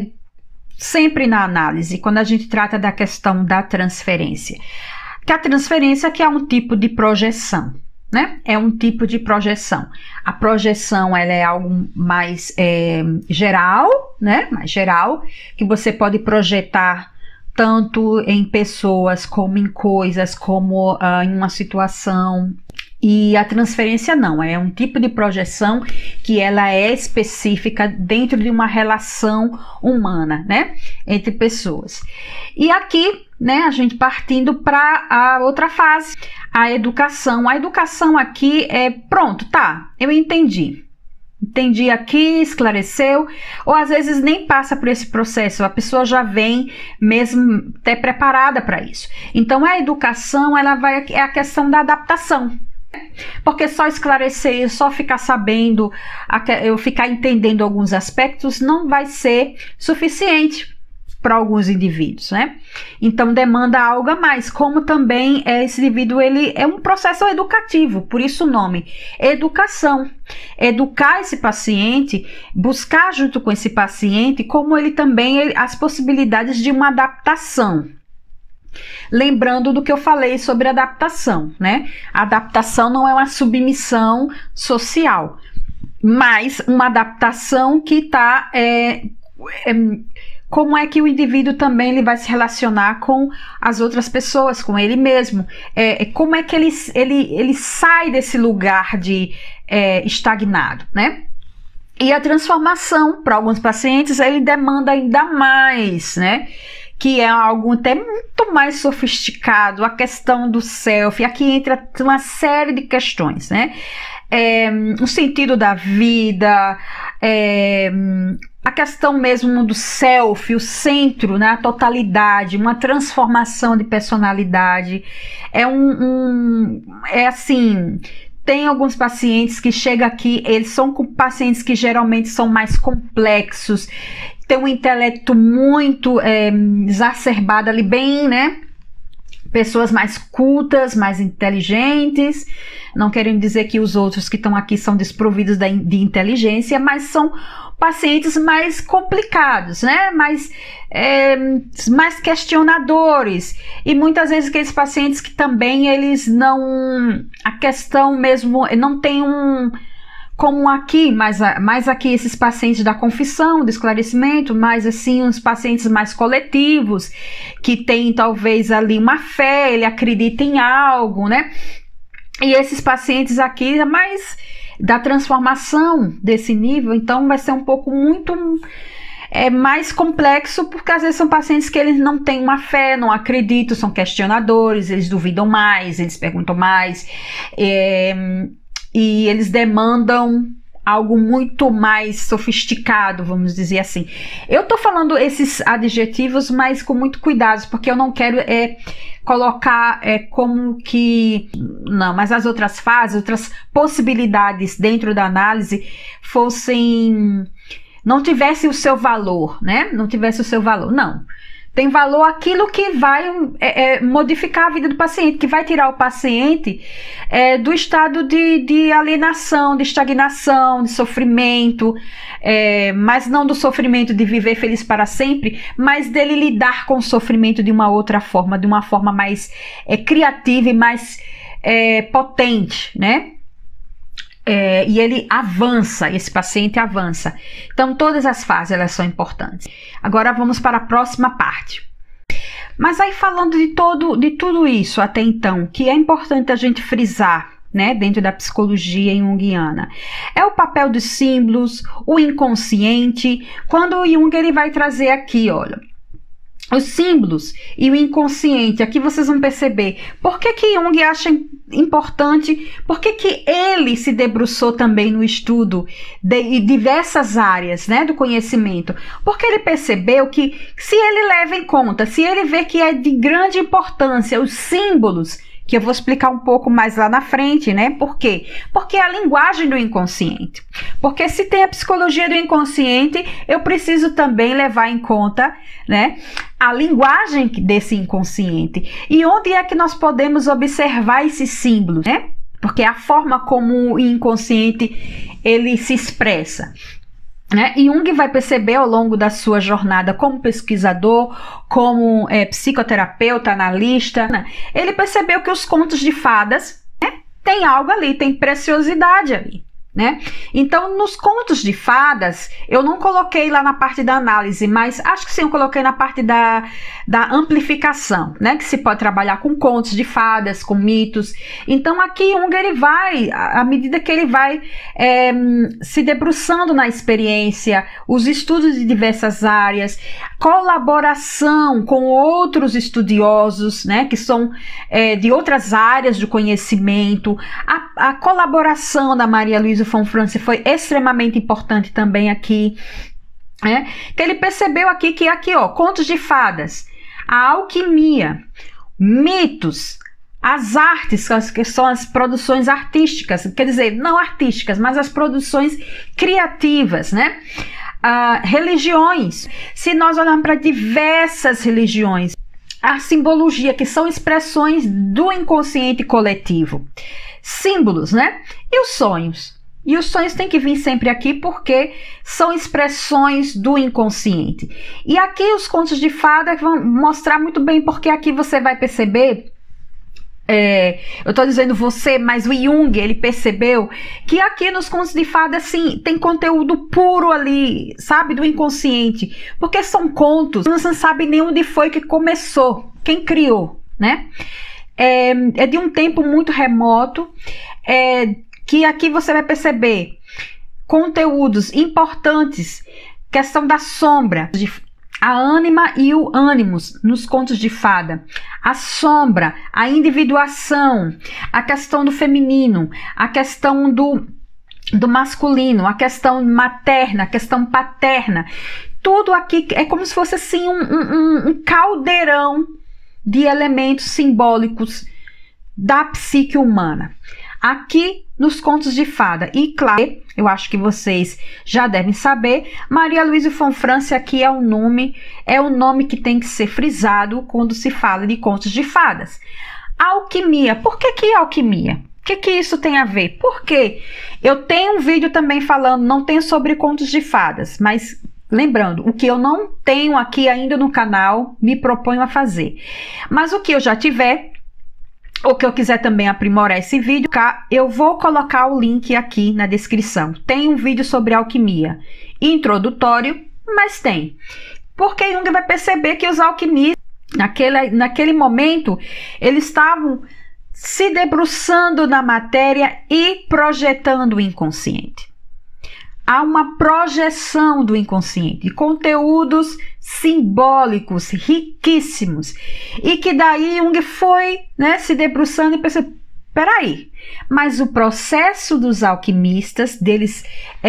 sempre na análise, quando a gente trata da questão da transferência. Que a transferência que é um tipo de projeção, né? É um tipo de projeção. A projeção ela é algo mais geral, né? Mais geral, que você pode projetar tanto em pessoas, como em coisas, como em uma situação. E a transferência não, é um tipo de projeção que ela é específica dentro de uma relação humana, né, entre pessoas. E aqui, né, a gente partindo para a outra fase, a educação. A educação aqui pronto, tá, eu entendi aqui, esclareceu, ou às vezes nem passa por esse processo, a pessoa já vem mesmo até preparada para isso. Então a educação ela é a questão da adaptação. Porque só esclarecer, só ficar sabendo, eu ficar entendendo alguns aspectos não vai ser suficiente para alguns indivíduos, né? Então demanda algo a mais, como também esse indivíduo ele é um processo educativo, por isso o nome, educação. Educar esse paciente, buscar junto com esse paciente, como ele também as possibilidades de uma adaptação. Lembrando do que eu falei sobre adaptação, né? A adaptação não é uma submissão social, mas uma adaptação que está como é que o indivíduo também ele vai se relacionar com as outras pessoas, com ele mesmo. Como é que ele sai desse lugar de estagnado, né? E a transformação, para alguns pacientes, ele demanda ainda mais, né? Que é algo até muito mais sofisticado, a questão do self. Aqui entra uma série de questões, né? O sentido da vida, a questão mesmo do self, o centro, né, a totalidade, uma transformação de personalidade. Assim, tem alguns pacientes que chegam aqui, eles são pacientes que geralmente são mais complexos, tem um intelecto muito exacerbado ali, bem, né? Pessoas mais cultas, mais inteligentes. Não querendo dizer que os outros que estão aqui são desprovidos de inteligência, mas são pacientes mais complicados, né? Mais questionadores. E muitas vezes aqueles pacientes que também eles não... A questão mesmo... Não tem como aqui, mais aqui esses pacientes da confissão, do esclarecimento, mais assim uns pacientes mais coletivos, que tem talvez ali uma fé, ele acredita em algo, né? E esses pacientes aqui é mais da transformação desse nível, então vai ser um pouco mais complexo, porque às vezes são pacientes que eles não têm uma fé, não acreditam, são questionadores, eles duvidam mais, eles perguntam mais, e eles demandam algo muito mais sofisticado, vamos dizer assim. Eu tô falando esses adjetivos, mas com muito cuidado, porque eu não quero colocar como que... Não, mas as outras fases, outras possibilidades dentro da análise não tivesse o seu valor, né? Não tivesse o seu valor, não. Tem valor aquilo que vai modificar a vida do paciente, que vai tirar o paciente do estado de alienação, de estagnação, de sofrimento, mas não do sofrimento de viver feliz para sempre, mas dele lidar com o sofrimento de uma outra forma, de uma forma mais criativa e mais potente, né? E ele avança, esse paciente avança. Então todas as fases elas são importantes. Agora vamos para a próxima parte. Mas aí falando de tudo isso até então, que é importante a gente frisar, né, dentro da psicologia junguiana, é o papel dos símbolos, o inconsciente. Quando o Jung ele vai trazer aqui, olha, os símbolos e o inconsciente, aqui vocês vão perceber por que Jung acha importante, por que ele se debruçou também no estudo de diversas áreas, né, do conhecimento, porque ele percebeu que se ele leva em conta, se ele vê que é de grande importância os símbolos, que eu vou explicar um pouco mais lá na frente, né? Por quê? Porque é a linguagem do inconsciente. Porque se tem a psicologia do inconsciente, eu preciso também levar em conta, né, a linguagem desse inconsciente. E onde é que nós podemos observar esses símbolos, né? Porque é a forma como o inconsciente ele se expressa. Né? E Jung vai perceber ao longo da sua jornada como pesquisador, como psicoterapeuta, analista, né? Ele percebeu que os contos de fadas, né, tem algo ali, tem preciosidade ali. Né? Então, nos contos de fadas, eu não coloquei lá na parte da análise, mas acho que sim, eu coloquei na parte da amplificação, né? Que se pode trabalhar com contos de fadas, com mitos. Então, aqui Jung ele vai, à medida que ele vai se debruçando na experiência, os estudos de diversas áreas, colaboração com outros estudiosos, né? Que são de outras áreas do conhecimento, a colaboração da Maria Luísa von Franz foi extremamente importante também aqui, né? Que ele percebeu aqui que contos de fadas, a alquimia, mitos, as artes, que são as produções artísticas, quer dizer, não artísticas, mas as produções criativas, né? Religiões, se nós olharmos para diversas religiões, a simbologia, que são expressões do inconsciente coletivo, símbolos, né? E os sonhos. E os sonhos têm que vir sempre aqui porque são expressões do inconsciente. E aqui os contos de fada vão mostrar muito bem, porque aqui você vai perceber eu tô dizendo você, mas o Jung, ele percebeu que aqui nos contos de fada, assim, tem conteúdo puro ali, sabe, do inconsciente, porque são contos, você não sabe nem onde foi que começou, quem criou, né? É de um tempo muito remoto, que aqui você vai perceber conteúdos importantes, questão da sombra, a ânima e o ânimos nos contos de fada, a sombra, a individuação, a questão do feminino, a questão do masculino, a questão materna, a questão paterna, tudo aqui é como se fosse assim um caldeirão de elementos simbólicos da psique humana. Aqui nos contos de fada. E claro, eu acho que vocês já devem saber, Maria Luísa Fonfrance aqui é um nome que tem que ser frisado quando se fala de contos de fadas. Alquimia. Por que alquimia? O que isso tem a ver? Porque eu tenho um vídeo também falando, não tem sobre contos de fadas, mas lembrando, o que eu não tenho aqui ainda no canal, me proponho a fazer. Mas o que eu já tiver, ou que eu quiser também aprimorar esse vídeo, eu vou colocar o link aqui na descrição. Tem um vídeo sobre alquimia introdutório, mas tem. Porque Jung vai perceber que os alquimistas, naquele momento, eles estavam se debruçando na matéria e projetando o inconsciente. Há uma projeção do inconsciente, conteúdos simbólicos riquíssimos, e que daí Jung foi, né, se debruçando e pensou, peraí, mas o processo dos alquimistas, deles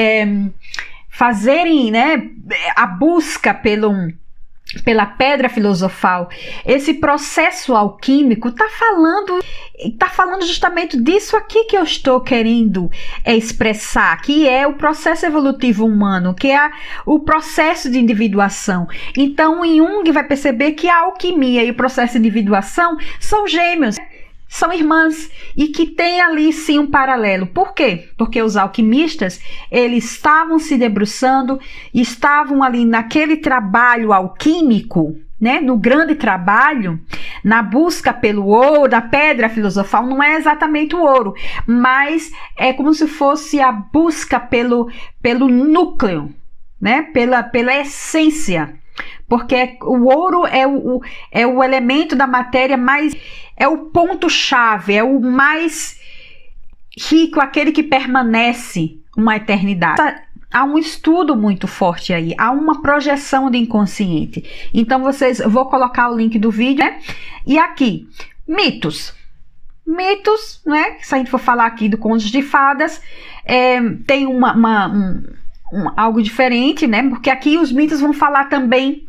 fazerem, né, a busca pela pedra filosofal, esse processo alquímico está falando justamente disso aqui que eu estou querendo expressar, que é o processo evolutivo humano, que é o processo de individuação. Então, Jung vai perceber que a alquimia e o processo de individuação são gêmeos, são irmãs, e que tem ali sim um paralelo. Por quê? Porque os alquimistas, eles estavam se debruçando, estavam ali naquele trabalho alquímico, né, no grande trabalho, na busca pelo ouro, da pedra filosofal. Não é exatamente o ouro, mas é como se fosse a busca pelo núcleo, né, pela essência. Porque o ouro é o elemento da matéria mais, é o ponto-chave, é o mais rico, aquele que permanece uma eternidade. Há um estudo muito forte aí, há uma projeção do inconsciente. Então eu vou colocar o link do vídeo, né? E aqui, mitos. Mitos, né? Se a gente for falar aqui do Contos de Fadas, tem algo diferente, né? Porque aqui os mitos vão falar também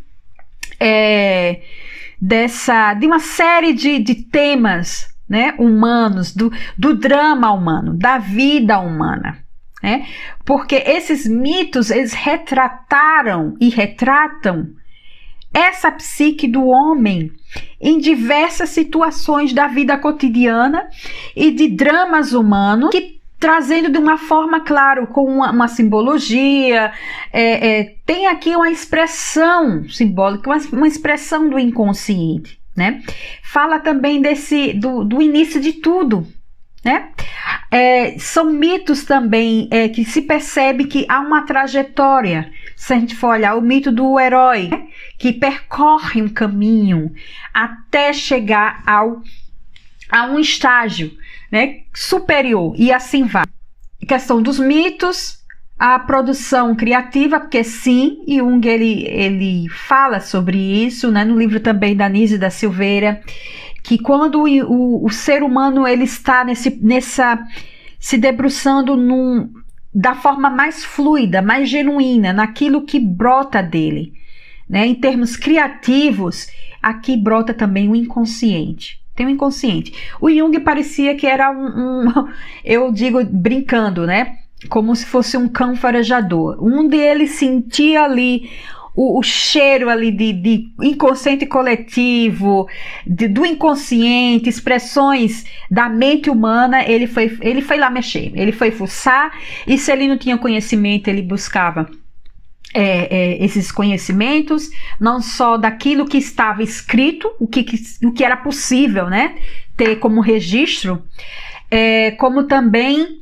de uma série de temas, né, humanos, do drama humano, da vida humana, né? Porque esses mitos, eles retrataram e retratam essa psique do homem em diversas situações da vida cotidiana e de dramas humanos, que trazendo de uma forma, claro, com uma simbologia, tem aqui uma expressão simbólica, uma expressão do inconsciente, né? Fala também do início de tudo, né? São mitos também que se percebe que há uma trajetória. Se a gente for olhar o mito do herói, né, que percorre um caminho até chegar a um estágio, né, superior, e assim vai. A questão dos mitos, a produção criativa, porque sim, Jung ele fala sobre isso, né, no livro também da Nise da Silveira, que quando o ser humano ele está se debruçando da forma mais fluida, mais genuína, naquilo que brota dele, né, em termos criativos, aqui brota também o inconsciente. Tem o inconsciente. O Jung parecia que era eu digo brincando, né? Como se fosse um cão farejador. Onde ele sentia ali o cheiro ali de inconsciente coletivo, do inconsciente, expressões da mente humana, ele foi lá mexer. Ele foi fuçar, e se ele não tinha conhecimento, ele buscava esses conhecimentos, não só daquilo que estava escrito, o que era possível, né, ter como registro, como também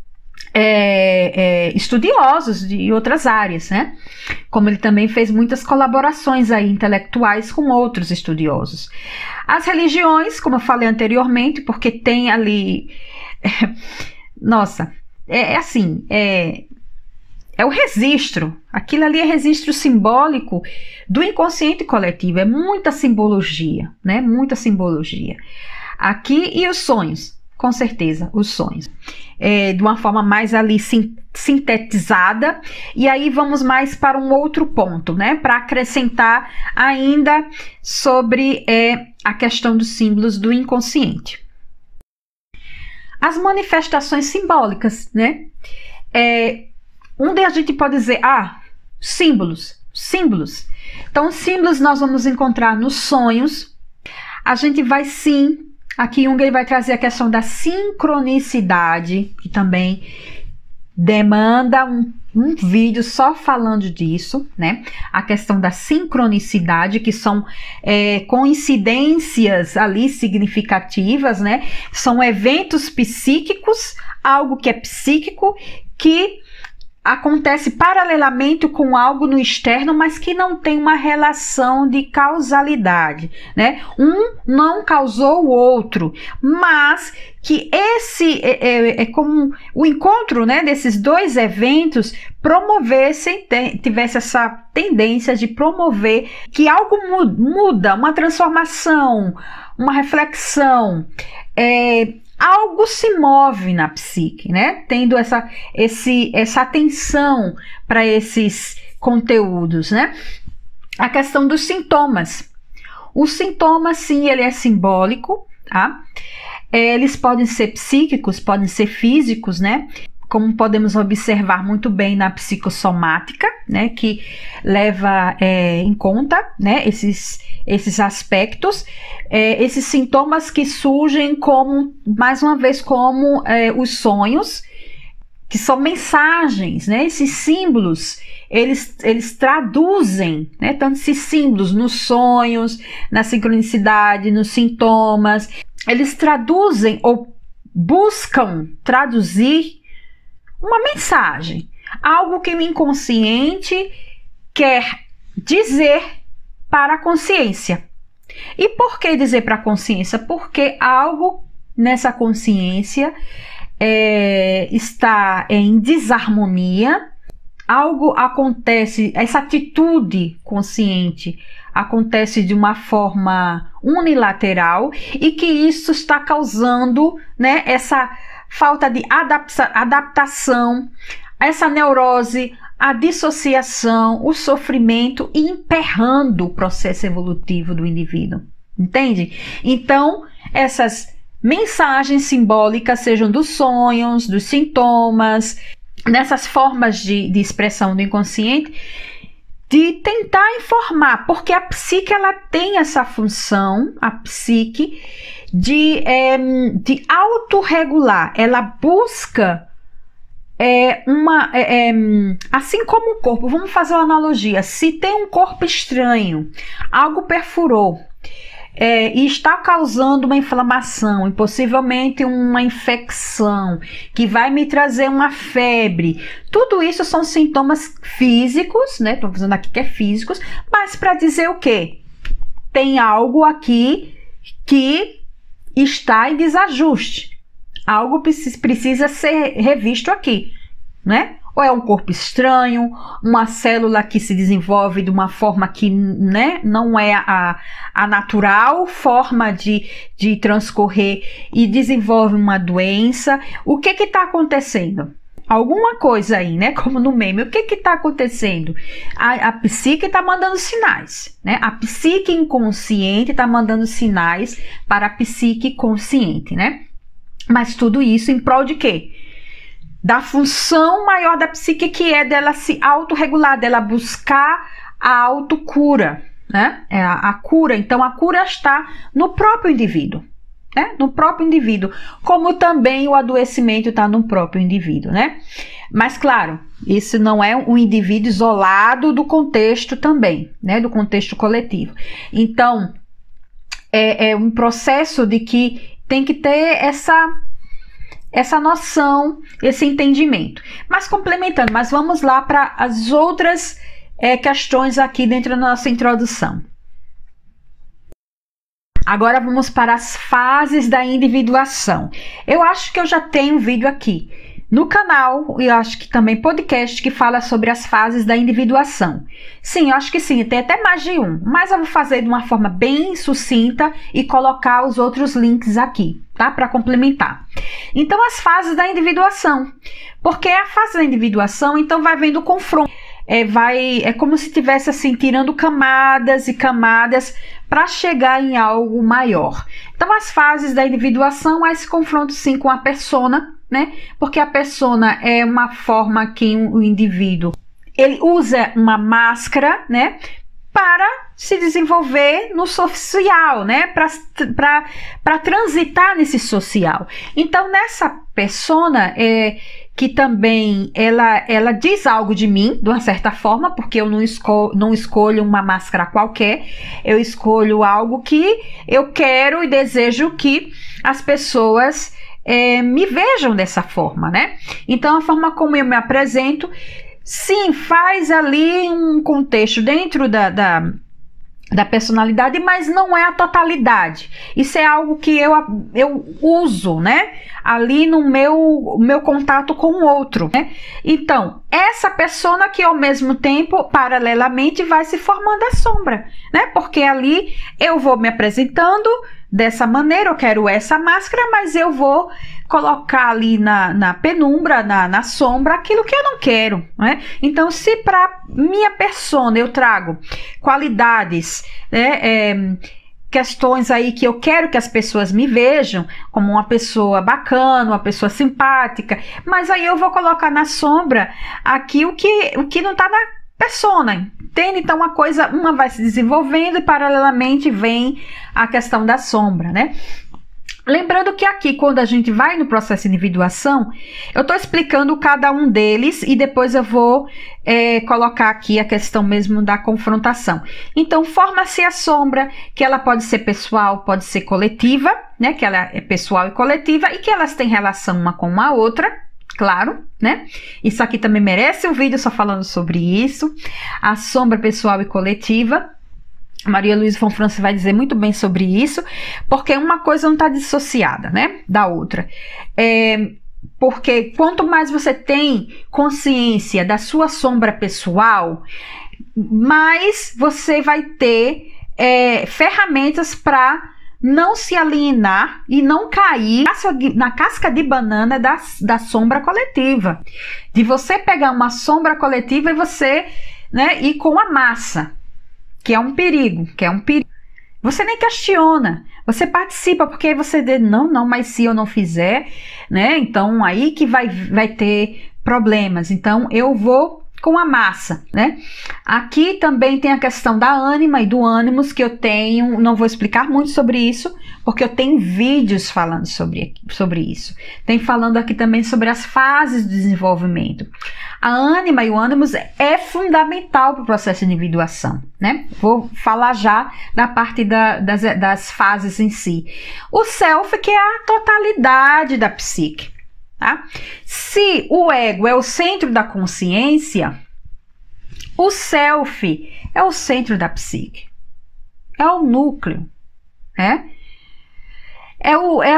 estudiosos de outras áreas, né? Como ele também fez muitas colaborações aí intelectuais com outros estudiosos. As religiões, como eu falei anteriormente, porque tem ali, nossa, assim, é o registro, aquilo ali é registro simbólico do inconsciente coletivo, é muita simbologia, né? Muita simbologia. Aqui, e os sonhos, com certeza, os sonhos. De uma forma mais ali sintetizada, e aí vamos mais para um outro ponto, né? Para acrescentar ainda sobre a questão dos símbolos do inconsciente. As manifestações simbólicas, né? Onde a gente pode dizer, símbolos. Então, símbolos nós vamos encontrar nos sonhos. A gente vai sim, aqui Jung ele vai trazer a questão da sincronicidade, que também demanda um vídeo só falando disso, né? A questão da sincronicidade, que são coincidências ali significativas, né? São eventos psíquicos, algo que é psíquico, que acontece paralelamente com algo no externo, mas que não tem uma relação de causalidade, né? Um não causou o outro, mas que esse é como o encontro, né, desses dois eventos tivesse essa tendência de promover que algo muda, uma transformação, uma reflexão, algo se move na psique, né? Tendo essa atenção para esses conteúdos, né? A questão dos sintomas. O sintoma, sim, ele é simbólico, tá? Eles podem ser psíquicos, podem ser físicos, né? Como podemos observar muito bem na psicossomática, né? Que leva em conta, né? Esses aspectos, esses sintomas que surgem como, mais uma vez, como os sonhos, que são mensagens, né? Esses símbolos, eles traduzem, né? Tanto esses símbolos nos sonhos, na sincronicidade, nos sintomas, eles traduzem ou buscam traduzir uma mensagem, algo que o inconsciente quer dizer para a consciência. E por que dizer para a consciência? Porque algo nessa consciência está em desarmonia, algo acontece, essa atitude consciente acontece de uma forma unilateral e que isso está causando, né, essa falta de adaptação, essa neurose, a dissociação, o sofrimento e emperrando o processo evolutivo do indivíduo, entende? Então, essas mensagens simbólicas, sejam dos sonhos, dos sintomas, nessas formas de expressão do inconsciente, de tentar informar, porque a psique ela tem essa função, a psique, de autorregular, ela busca assim como o corpo, vamos fazer uma analogia, se tem um corpo estranho, algo perfurou, e está causando uma inflamação e possivelmente uma infecção que vai me trazer uma febre, tudo isso são sintomas físicos, né? Estou fazendo aqui que é físicos, mas para dizer o quê? Tem algo aqui que está em desajuste, algo precisa ser revisto aqui, né? Ou é um corpo estranho, uma célula que se desenvolve de uma forma que, né, não é a natural forma de transcorrer e desenvolve uma doença. O que está acontecendo? Alguma coisa aí, né? Como no meme. O que está acontecendo? A psique está mandando sinais, né? A psique inconsciente está mandando sinais para a psique consciente, né? Mas tudo isso em prol de quê? Da função maior da psique, que é dela se autorregular, dela buscar a autocura, né? A cura. Então, a cura está no próprio indivíduo, né? No próprio indivíduo, como também o adoecimento está no próprio indivíduo, né? Mas, claro, isso não é um indivíduo isolado do contexto também, né? Do contexto coletivo. Então, é um processo de que tem que ter essa noção, esse entendimento. Mas complementando, mas vamos lá para as outras questões aqui dentro da nossa introdução. Agora vamos para as fases da individuação. Eu acho que eu já tenho um vídeo aqui no canal, e eu acho que também podcast, que fala sobre as fases da individuação. Sim, eu acho que sim, tem até mais de um, mas eu vou fazer de uma forma bem sucinta e colocar os outros links aqui, tá? Para complementar. Então, as fases da individuação. Porque a fase da individuação, então, vai vendo o confronto. É como se estivesse assim, tirando camadas e camadas para chegar em algo maior. Então, as fases da individuação, esse confronto sim com a persona, né? Porque a persona é uma forma que o indivíduo ele usa uma máscara, né? Para se desenvolver no social, né? Para transitar nesse social. Então, nessa persona, que também ela diz algo de mim, de uma certa forma, porque eu não escolho uma máscara qualquer, eu escolho algo que eu quero e desejo que as pessoas me vejam dessa forma, né? Então, a forma como eu me apresento, sim, faz ali um contexto dentro da personalidade, mas não é a totalidade. Isso é algo que eu uso, né? Ali no meu contato com o outro, né? Então, essa persona que ao mesmo tempo, paralelamente, vai se formando a sombra, né? Porque ali eu vou me apresentando dessa maneira, eu quero essa máscara, mas eu vou colocar ali na penumbra, na sombra, aquilo que eu não quero, né? Então, se para minha persona eu trago qualidades, né, questões aí que eu quero que as pessoas me vejam como uma pessoa bacana, uma pessoa simpática, mas aí eu vou colocar na sombra aqui o que não está na persona, entende? Então uma vai se desenvolvendo e paralelamente vem a questão da sombra, né? Lembrando que aqui, quando a gente vai no processo de individuação, eu estou explicando cada um deles e depois eu vou colocar aqui a questão mesmo da confrontação. Então, forma-se a sombra, que ela pode ser pessoal, pode ser coletiva, né? Que ela é pessoal e coletiva e que elas têm relação uma com a outra, claro, né? Isso aqui também merece um vídeo só falando sobre isso. A sombra pessoal e coletiva. A Maria Luísa Fonfrance vai dizer muito bem sobre isso, porque uma coisa não está dissociada, né, da outra. Porque quanto mais você tem consciência da sua sombra pessoal, mais você vai ter ferramentas para não se alienar e não cair na casca de banana da sombra coletiva. De você pegar uma sombra coletiva e você, né, ir com a massa. Que é um perigo, Você nem questiona, você participa, porque aí você diz, não, mas se eu não fizer, né, então aí que vai ter problemas, então eu vou com a massa, né. Aqui também tem a questão da ânima e do ânimos, que eu tenho, não vou explicar muito sobre isso, porque eu tenho vídeos falando sobre isso. Tem falando aqui também sobre as fases do desenvolvimento. A ânima e o ânimos é fundamental para o processo de individuação, né? Vou falar já da parte das fases em si. O self, que é a totalidade da psique, tá? Se o ego é o centro da consciência, o self é o centro da psique, é o núcleo, né? É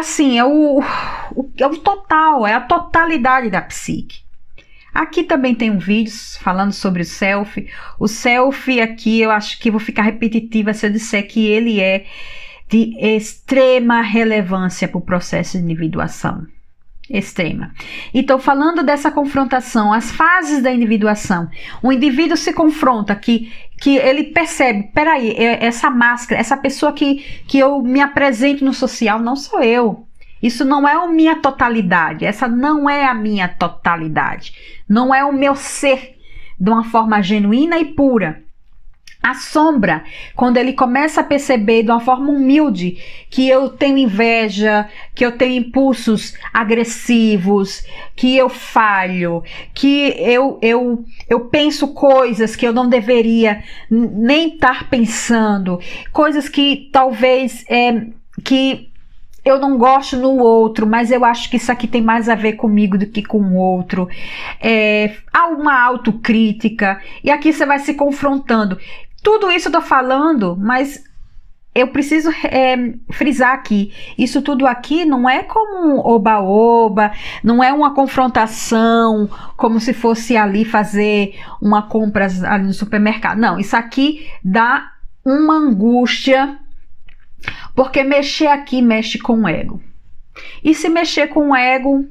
o total, é a totalidade da psique. Aqui também tem um vídeo falando sobre o self. O self aqui eu acho que vou ficar repetitiva se eu disser que ele é de extrema relevância para o processo de individuação. Extrema. Então, falando dessa confrontação, as fases da individuação, o indivíduo se confronta, que ele percebe, peraí, essa máscara, essa pessoa que eu me apresento no social não sou eu. Isso não é a minha totalidade, essa não é a minha totalidade, não é o meu ser de uma forma genuína e pura. A sombra, quando ele começa a perceber de uma forma humilde que eu tenho inveja, que eu tenho impulsos agressivos, que eu falho, que eu penso coisas que eu não deveria nem estar pensando, coisas que talvez que eu não gosto no outro, mas eu acho que isso aqui tem mais a ver comigo do que com o outro. Há uma autocrítica, e aqui você vai se confrontando. Tudo isso eu tô falando, mas eu preciso frisar aqui. Isso tudo aqui não é como um oba-oba, não é uma confrontação, como se fosse ali fazer uma compra ali no supermercado. Não, isso aqui dá uma angústia, porque mexer aqui mexe com o ego. E se mexer com o ego,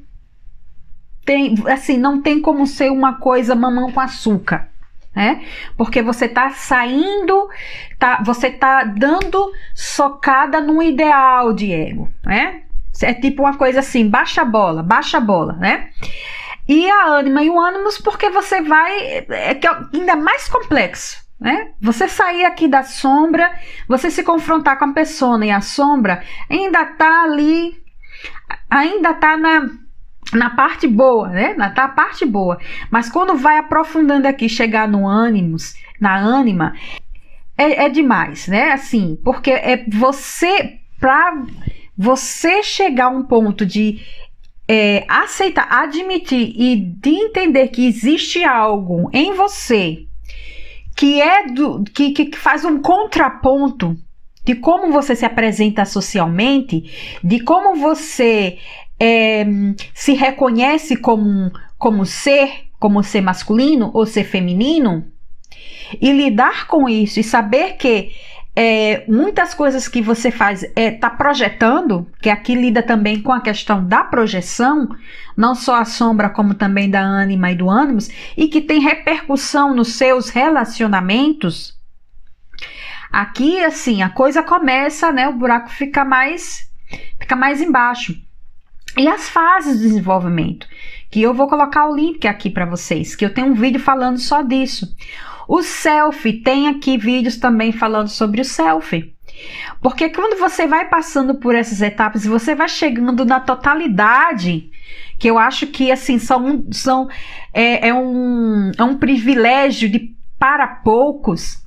não tem como ser uma coisa mamão com açúcar. Porque você tá saindo, você tá dando socada num ideal de ego, É tipo uma coisa assim, baixa a bola, E a ânima e o ânimos, porque você vai, que é ainda mais complexo, Você sair aqui da sombra, você se confrontar com a persona, e a sombra ainda tá ali, ainda tá na parte boa, na parte boa. Mas quando vai aprofundando aqui, chegar no ânimos, na ânima, é demais, Assim, porque para você chegar a um ponto de aceitar, admitir e de entender que existe algo em você que que faz um contraponto de como você se apresenta socialmente, de como você se reconhece como ser masculino ou ser feminino, e lidar com isso e saber que muitas coisas que você faz tá projetando, que aqui lida também com a questão da projeção, não só a sombra como também da ânima e do ânimos, e que tem repercussão nos seus relacionamentos. Aqui assim a coisa começa, o buraco fica mais embaixo. E as fases de desenvolvimento, que eu vou colocar o link aqui para vocês, que eu tenho um vídeo falando só disso. O self, tem aqui vídeos também falando sobre o self. Porque quando você vai passando por essas etapas e você vai chegando na totalidade, que eu acho que assim é um privilégio para poucos,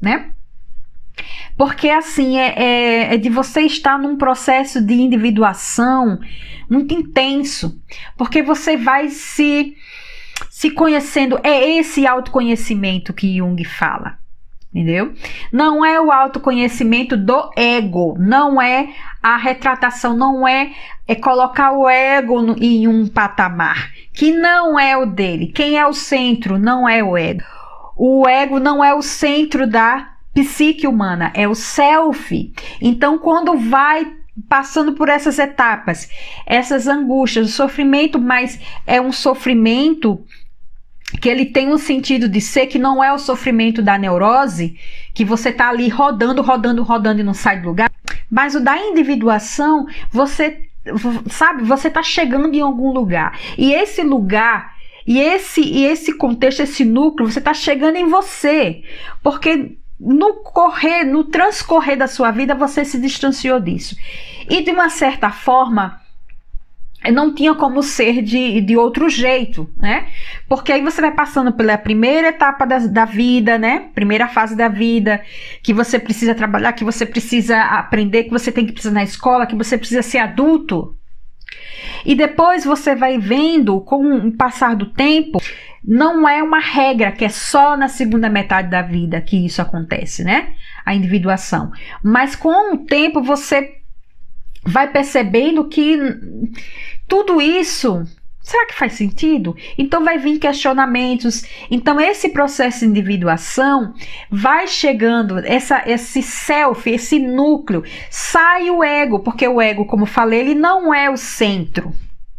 Porque assim, é de você estar num processo de individuação muito intenso, porque você vai se conhecendo, esse autoconhecimento que Jung fala, entendeu? Não é o autoconhecimento do ego, não é a retratação, não é colocar o ego em um patamar, que não é o dele. Quem é o centro não é o ego. O ego não é o centro da psique humana, é o self. Então, quando vai passando por essas etapas, essas angústias, o sofrimento, mas é um sofrimento que ele tem um sentido de ser, que não é o sofrimento da neurose, que você tá ali rodando e não sai do lugar, mas o da individuação, você tá chegando em algum lugar, e esse lugar, e esse contexto, esse núcleo, você tá chegando em você, porque no transcorrer da sua vida você se distanciou disso, e de uma certa forma não tinha como ser de outro jeito, porque aí você vai passando pela primeira etapa da vida, primeira fase da vida, que você precisa trabalhar, que você precisa aprender, que você precisa ir na escola, que você precisa ser adulto, e depois você vai vendo, com o passar do tempo, não é uma regra que é só na segunda metade da vida que isso acontece, a individuação, mas com o tempo você vai percebendo que tudo isso, será que faz sentido? Então vai vir questionamentos. Então esse processo de individuação vai chegando, esse self, esse núcleo, sai o ego, porque o ego, como falei, ele não é o centro,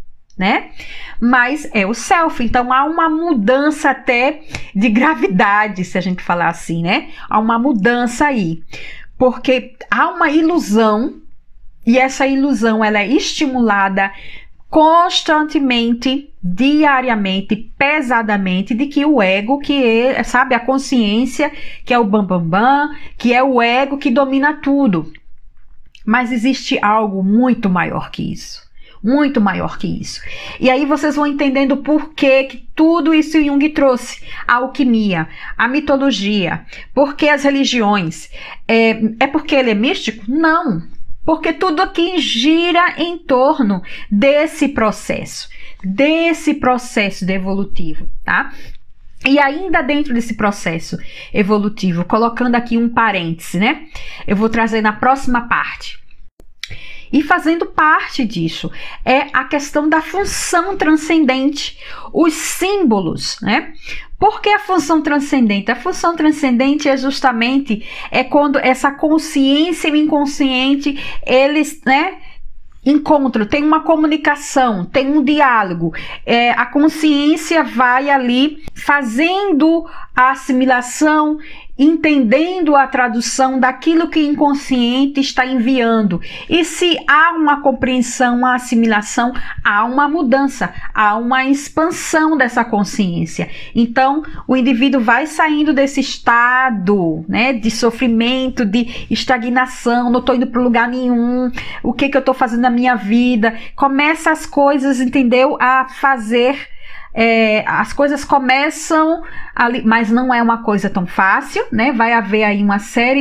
mas é o self. Então há uma mudança até de gravidade, se a gente falar assim, há uma mudança aí, porque há uma ilusão, e essa ilusão ela é estimulada constantemente, diariamente, pesadamente, de que o ego, que é, sabe, a consciência, que é o bam, que é o ego que domina tudo. Mas existe algo muito maior que isso. Muito maior que isso. E aí vocês vão entendendo por que tudo isso Jung trouxe. A alquimia, a mitologia, por que as religiões. É porque ele é místico? Não. Porque tudo aqui gira em torno desse processo de evolutivo, tá? E ainda dentro desse processo evolutivo, colocando aqui um parêntese, né? Eu vou trazer na próxima parte. E fazendo parte disso é a questão da função transcendente, os símbolos, né? Por que a função transcendente? A função transcendente é justamente quando essa consciência e o inconsciente, eles, né, encontram, tem uma comunicação, tem um diálogo. A consciência vai ali fazendo a assimilação, entendendo a tradução daquilo que o inconsciente está enviando. E se há uma compreensão, uma assimilação, há uma mudança, há uma expansão dessa consciência. Então, o indivíduo vai saindo desse estado, né, de sofrimento, de estagnação, não estou indo para lugar nenhum, o que eu estou fazendo na minha vida? Começa as coisas, entendeu? A fazer... as coisas começam ali, mas não é uma coisa tão fácil, né? Vai haver aí uma série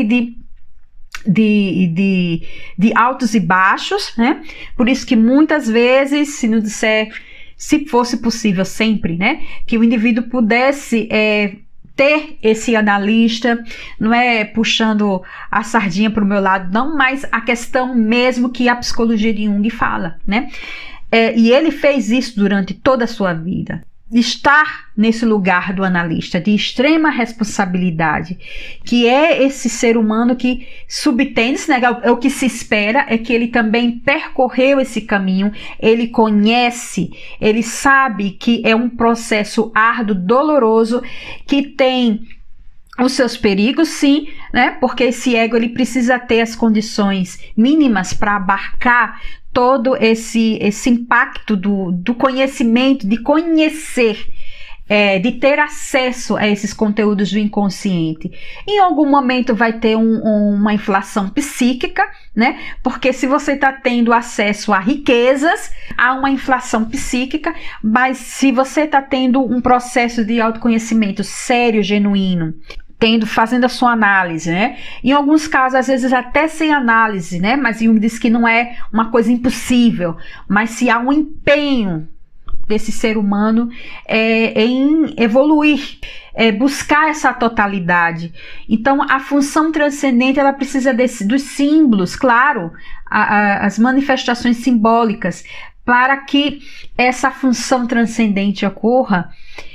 de altos e baixos, né? Por isso que muitas vezes, se não disser, se fosse possível sempre, né? Que o indivíduo pudesse ter esse analista, não é puxando a sardinha para o meu lado, não, mas a questão mesmo que a psicologia de Jung fala, né? E ele fez isso durante toda a sua vida. Estar nesse lugar do analista de extrema responsabilidade, que é esse ser humano que subtende-se, né? É o que se espera, é que ele também percorreu esse caminho, ele conhece, ele sabe que é um processo árduo, doloroso, que tem os seus perigos, sim, né? Porque esse ego, ele precisa ter as condições mínimas para abarcar todo esse impacto do conhecimento, de conhecer, de ter acesso a esses conteúdos do inconsciente. Em algum momento vai ter uma inflação psíquica, né? Porque se você está tendo acesso a riquezas, há uma inflação psíquica, mas se você está tendo um processo de autoconhecimento sério, genuíno, fazendo a sua análise, né? Em alguns casos, às vezes até sem análise, né? Mas Jung diz que não é uma coisa impossível, mas se há um empenho desse ser humano em evoluir, buscar essa totalidade. Então, a função transcendente, ela precisa dos símbolos, claro, as manifestações simbólicas, para que essa função transcendente ocorra,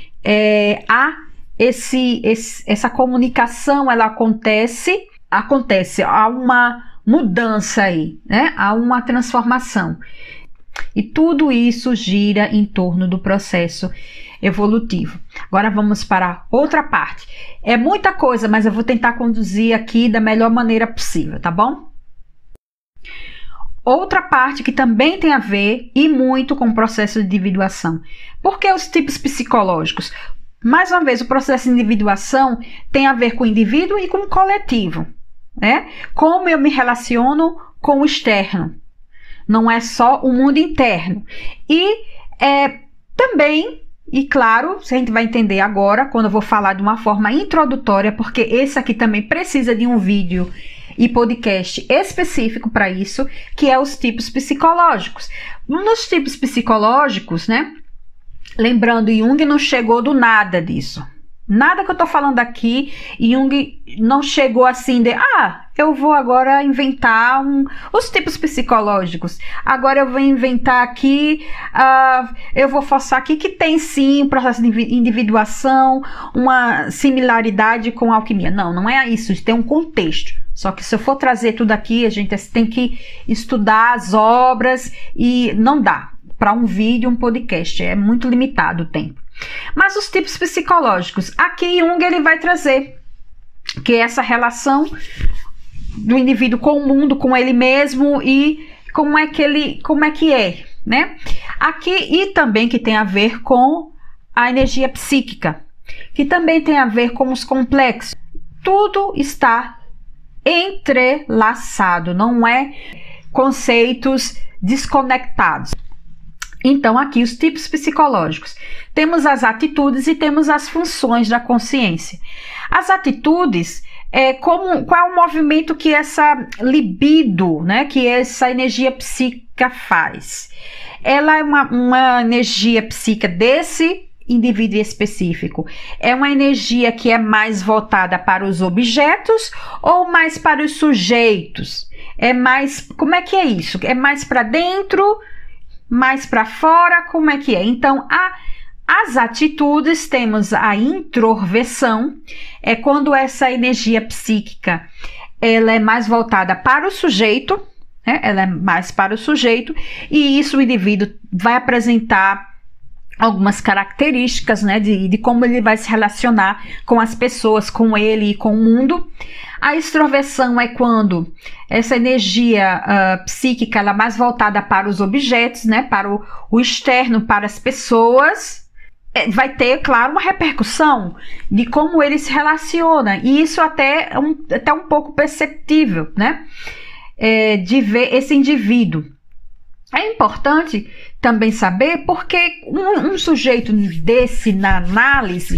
essa comunicação, ela acontece, há uma mudança aí, né? Há uma transformação. E tudo isso gira em torno do processo evolutivo. Agora vamos para outra parte. É muita coisa, mas eu vou tentar conduzir aqui da melhor maneira possível, tá bom? Outra parte que também tem a ver e muito com o processo de individuação. Por que os tipos psicológicos? Mais uma vez, o processo de individuação tem a ver com o indivíduo e com o coletivo, né? Como eu me relaciono com o externo. Não é só o mundo interno. E também, e claro, a gente vai entender agora, quando eu vou falar de uma forma introdutória, porque esse aqui também precisa de um vídeo e podcast específico para isso, que é os tipos psicológicos. Nos tipos psicológicos, né? Lembrando, Jung não chegou do nada disso. Nada que eu tô falando aqui, Jung não chegou assim eu vou agora inventar os tipos psicológicos. Agora eu vou inventar aqui, eu vou forçar aqui que tem sim um processo de individuação, uma similaridade com a alquimia. Não é isso, tem um contexto. Só que se eu for trazer tudo aqui, a gente tem que estudar as obras e não dá para um vídeo, um podcast, é muito limitado o tempo. Mas os tipos psicológicos, aqui Jung ele vai trazer, que é essa relação do indivíduo com o mundo, com ele mesmo e como é que é, né? Aqui, e também que tem a ver com a energia psíquica, que também tem a ver com os complexos. Tudo está entrelaçado, não é conceitos desconectados. Então, aqui os tipos psicológicos. Temos as atitudes e temos as funções da consciência. As atitudes qual é o movimento que essa libido, né, que essa energia psíquica faz. Ela é uma energia psíquica desse indivíduo específico. É uma energia que é mais voltada para os objetos ou mais para os sujeitos? É mais, como é que é isso? É mais para dentro, mais para fora? Como é que é? Então, as atitudes, temos a introversão, é quando essa energia psíquica ela é mais voltada para o sujeito, né? Ela é mais para o sujeito, e isso o indivíduo vai apresentar algumas características, né, de como ele vai se relacionar com as pessoas, com ele e com o mundo. A extroversão é quando essa energia psíquica ela é mais voltada para os objetos, né, para o externo, para as pessoas. Vai ter, claro, uma repercussão de como ele se relaciona, e isso até um pouco perceptível, né, de ver esse indivíduo. É importante também saber porque um sujeito desse na análise,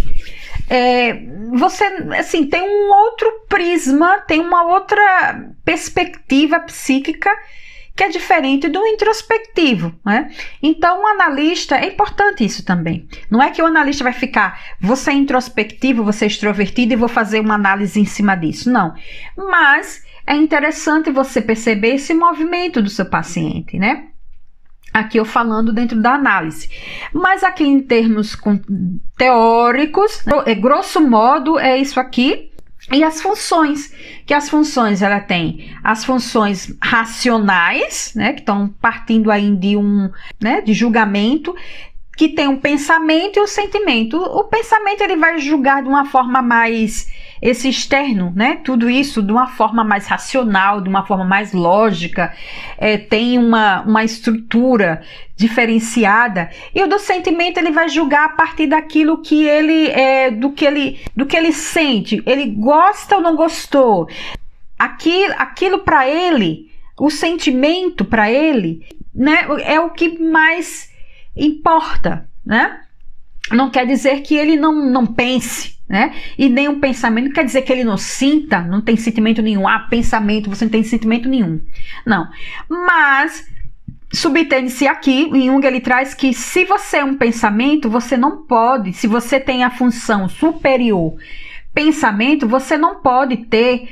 você assim, tem um outro prisma, tem uma outra perspectiva psíquica que é diferente do introspectivo, né? Então, o analista, é importante isso também. Não é que o analista vai ficar, você é introspectivo, você é extrovertido e vou fazer uma análise em cima disso. Não. Mas é interessante você perceber esse movimento do seu paciente, né? Aqui eu falando dentro da análise. Mas aqui em termos teóricos, grosso modo, é isso aqui. E as funções, que as funções ela tem as funções racionais, né, que estão partindo aí de julgamento, que tem um pensamento e o sentimento. O pensamento ele vai julgar de uma forma mais esse externo, né? Tudo isso de uma forma mais racional, de uma forma mais lógica, tem uma estrutura diferenciada. E o do sentimento ele vai julgar a partir daquilo que ele do que ele sente. Ele gosta ou não gostou? Aquilo para ele, o sentimento para ele, né? É o que mais importa, né? Não quer dizer que ele não pense, né? E nem um pensamento quer dizer que ele não sinta, não tem sentimento nenhum. Pensamento, você não tem sentimento nenhum. Não. Mas, subtende-se aqui, em Jung ele traz que se você é um pensamento, você não pode, se você tem a função superior pensamento, você não pode ter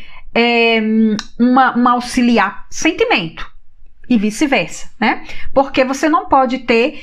uma auxiliar sentimento. E vice-versa, né? Porque você não pode ter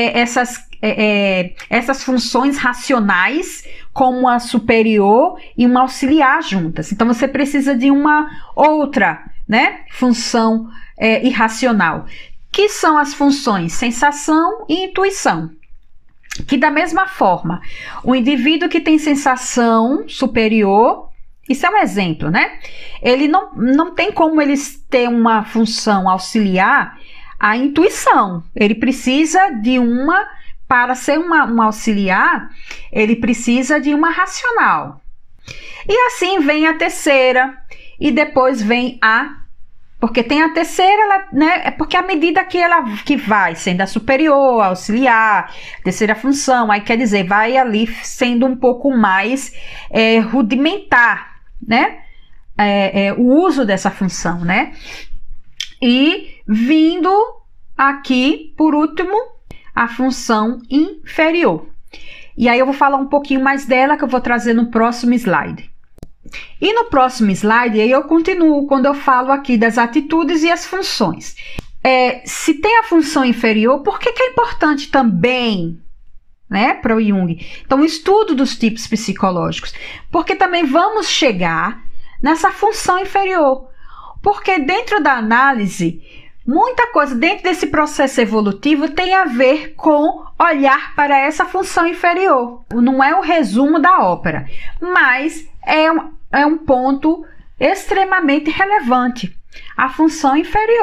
essas funções racionais como a superior e uma auxiliar juntas. Então você precisa de uma outra, né, função irracional, que são as funções sensação e intuição. Que da mesma forma, o indivíduo que tem sensação superior, isso é um exemplo, né? Ele não tem como eles ter uma função auxiliar a intuição. Ele precisa de para ser uma auxiliar, ele precisa de uma racional. E assim vem a terceira, e depois vem porque tem a terceira, né? É porque à medida que vai sendo a superior, a auxiliar, terceira função, aí quer dizer, vai ali sendo um pouco mais rudimentar, né? O uso dessa função, né? E vindo aqui, por último, a função inferior. E aí eu vou falar um pouquinho mais dela, que eu vou trazer no próximo slide. E no próximo slide, aí eu continuo quando eu falo aqui das atitudes e as funções. Se tem a função inferior, por que é importante também, né, para o Jung? Então, o estudo dos tipos psicológicos. Porque também vamos chegar nessa função inferior. Porque dentro da análise, muita coisa dentro desse processo evolutivo tem a ver com olhar para essa função inferior. Não é o resumo da ópera, mas é um ponto extremamente relevante. A função inferior,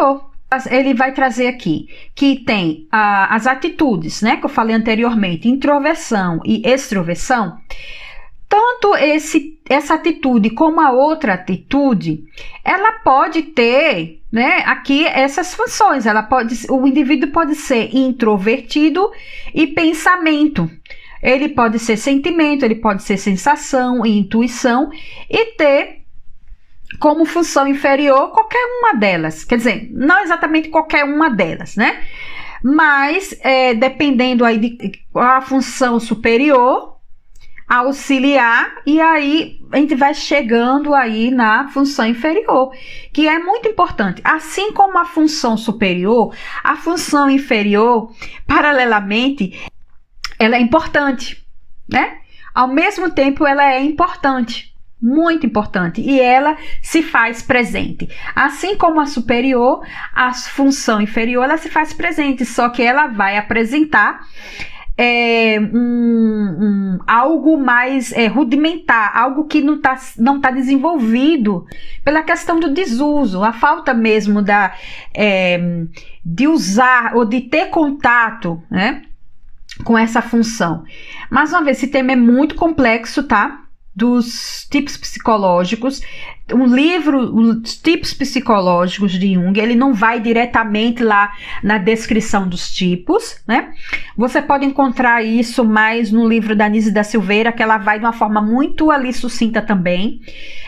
Ele vai trazer aqui que tem as atitudes, né, que eu falei anteriormente, introversão e extroversão. Tanto essa atitude como a outra atitude, ela pode ter, né, aqui essas funções. O indivíduo pode ser introvertido e pensamento. Ele pode ser sentimento, ele pode ser sensação e intuição e ter como função inferior qualquer uma delas. Quer dizer, não exatamente qualquer uma delas, né? Mas dependendo aí de a função superior, auxiliar, e aí a gente vai chegando aí na função inferior, que é muito importante. Assim como a função superior, a função inferior, paralelamente, ela é importante, né? Ao mesmo tempo, ela é importante, muito importante, e ela se faz presente. Assim como a superior, a função inferior, ela se faz presente, só que ela vai apresentar algo mais rudimentar, algo que não tá desenvolvido pela questão do desuso, a falta mesmo de usar ou de ter contato, né, com essa função. Mais uma vez, esse tema é muito complexo, tá? Dos tipos psicológicos. Um livro, os tipos psicológicos de Jung, ele não vai diretamente lá na descrição dos tipos, né? Você pode encontrar isso mais no livro da Nise da Silveira, que ela vai de uma forma muito ali sucinta também,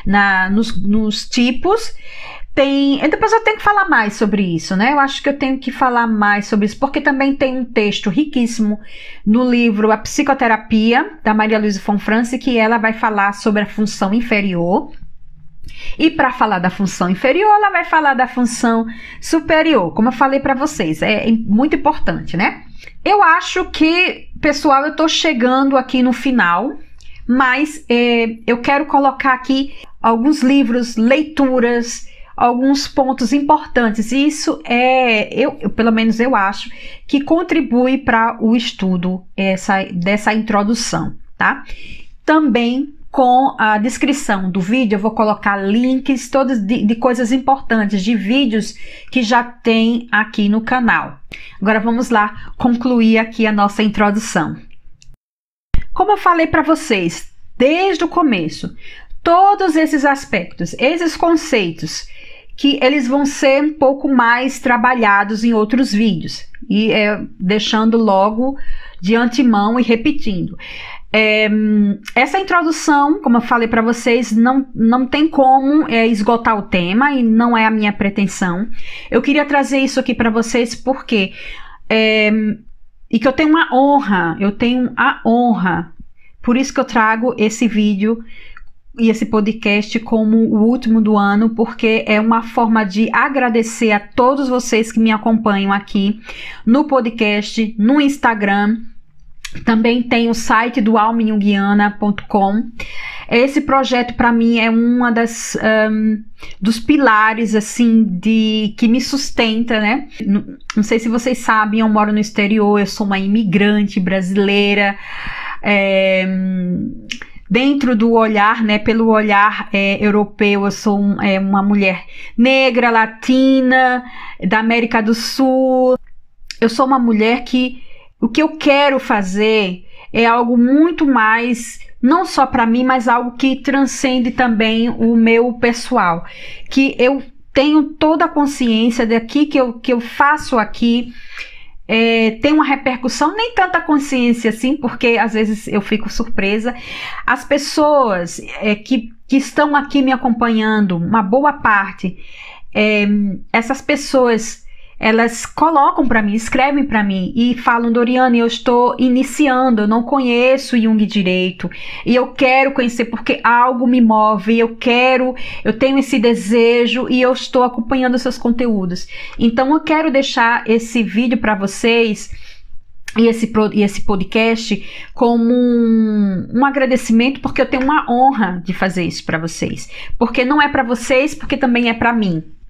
nos tipos. Depois eu tenho que falar mais sobre isso, né? Eu acho que eu tenho que falar mais sobre isso, porque também tem um texto riquíssimo no livro A Psicoterapia, da Maria Luísa von Franz, que ela vai falar sobre a função inferior. E para falar da função inferior, ela vai falar da função superior, como eu falei para vocês, é muito importante, né? Eu acho que, pessoal, eu tô chegando aqui no final, mas eu quero colocar aqui alguns livros, leituras, alguns pontos importantes. E isso pelo menos eu acho, que contribui para o estudo dessa introdução, tá? Também com a descrição do vídeo eu vou colocar links todos de coisas importantes, de vídeos que já tem aqui no canal. Agora vamos lá concluir aqui a nossa introdução. Como eu falei para vocês desde o começo, todos esses aspectos, esses conceitos, que eles vão ser um pouco mais trabalhados em outros vídeos, e deixando logo de antemão e repetindo. Essa introdução, como eu falei para vocês, não tem como esgotar o tema, e não é a minha pretensão. Eu queria trazer isso aqui para vocês porque e que eu tenho a honra, por isso que eu trago esse vídeo e esse podcast como o último do ano, porque é uma forma de agradecer a todos vocês que me acompanham aqui no podcast, no Instagram. Também tem o site do almajunguiana.com. Esse projeto para mim é uma dos pilares assim que me sustenta, né? Não sei se vocês sabem, eu moro no exterior, eu sou uma imigrante brasileira. Dentro do olhar, né, pelo olhar europeu, eu sou uma mulher negra, latina, da América do Sul. Eu sou uma mulher que o que eu quero fazer é algo muito mais, não só para mim, mas algo que transcende também o meu pessoal. Que eu tenho toda a consciência daqui que eu faço aqui, tem uma repercussão, nem tanta consciência assim, porque às vezes eu fico surpresa. As pessoas que estão aqui me acompanhando, uma boa parte, essas pessoas, elas colocam para mim, escrevem para mim e falam: Doriane, eu estou iniciando, eu não conheço Jung direito e eu quero conhecer porque algo me move, eu tenho esse desejo e eu estou acompanhando seus conteúdos. Então eu quero deixar esse vídeo para vocês e esse podcast como um agradecimento, porque eu tenho uma honra de fazer isso para vocês, porque não é para vocês, porque também é para mim,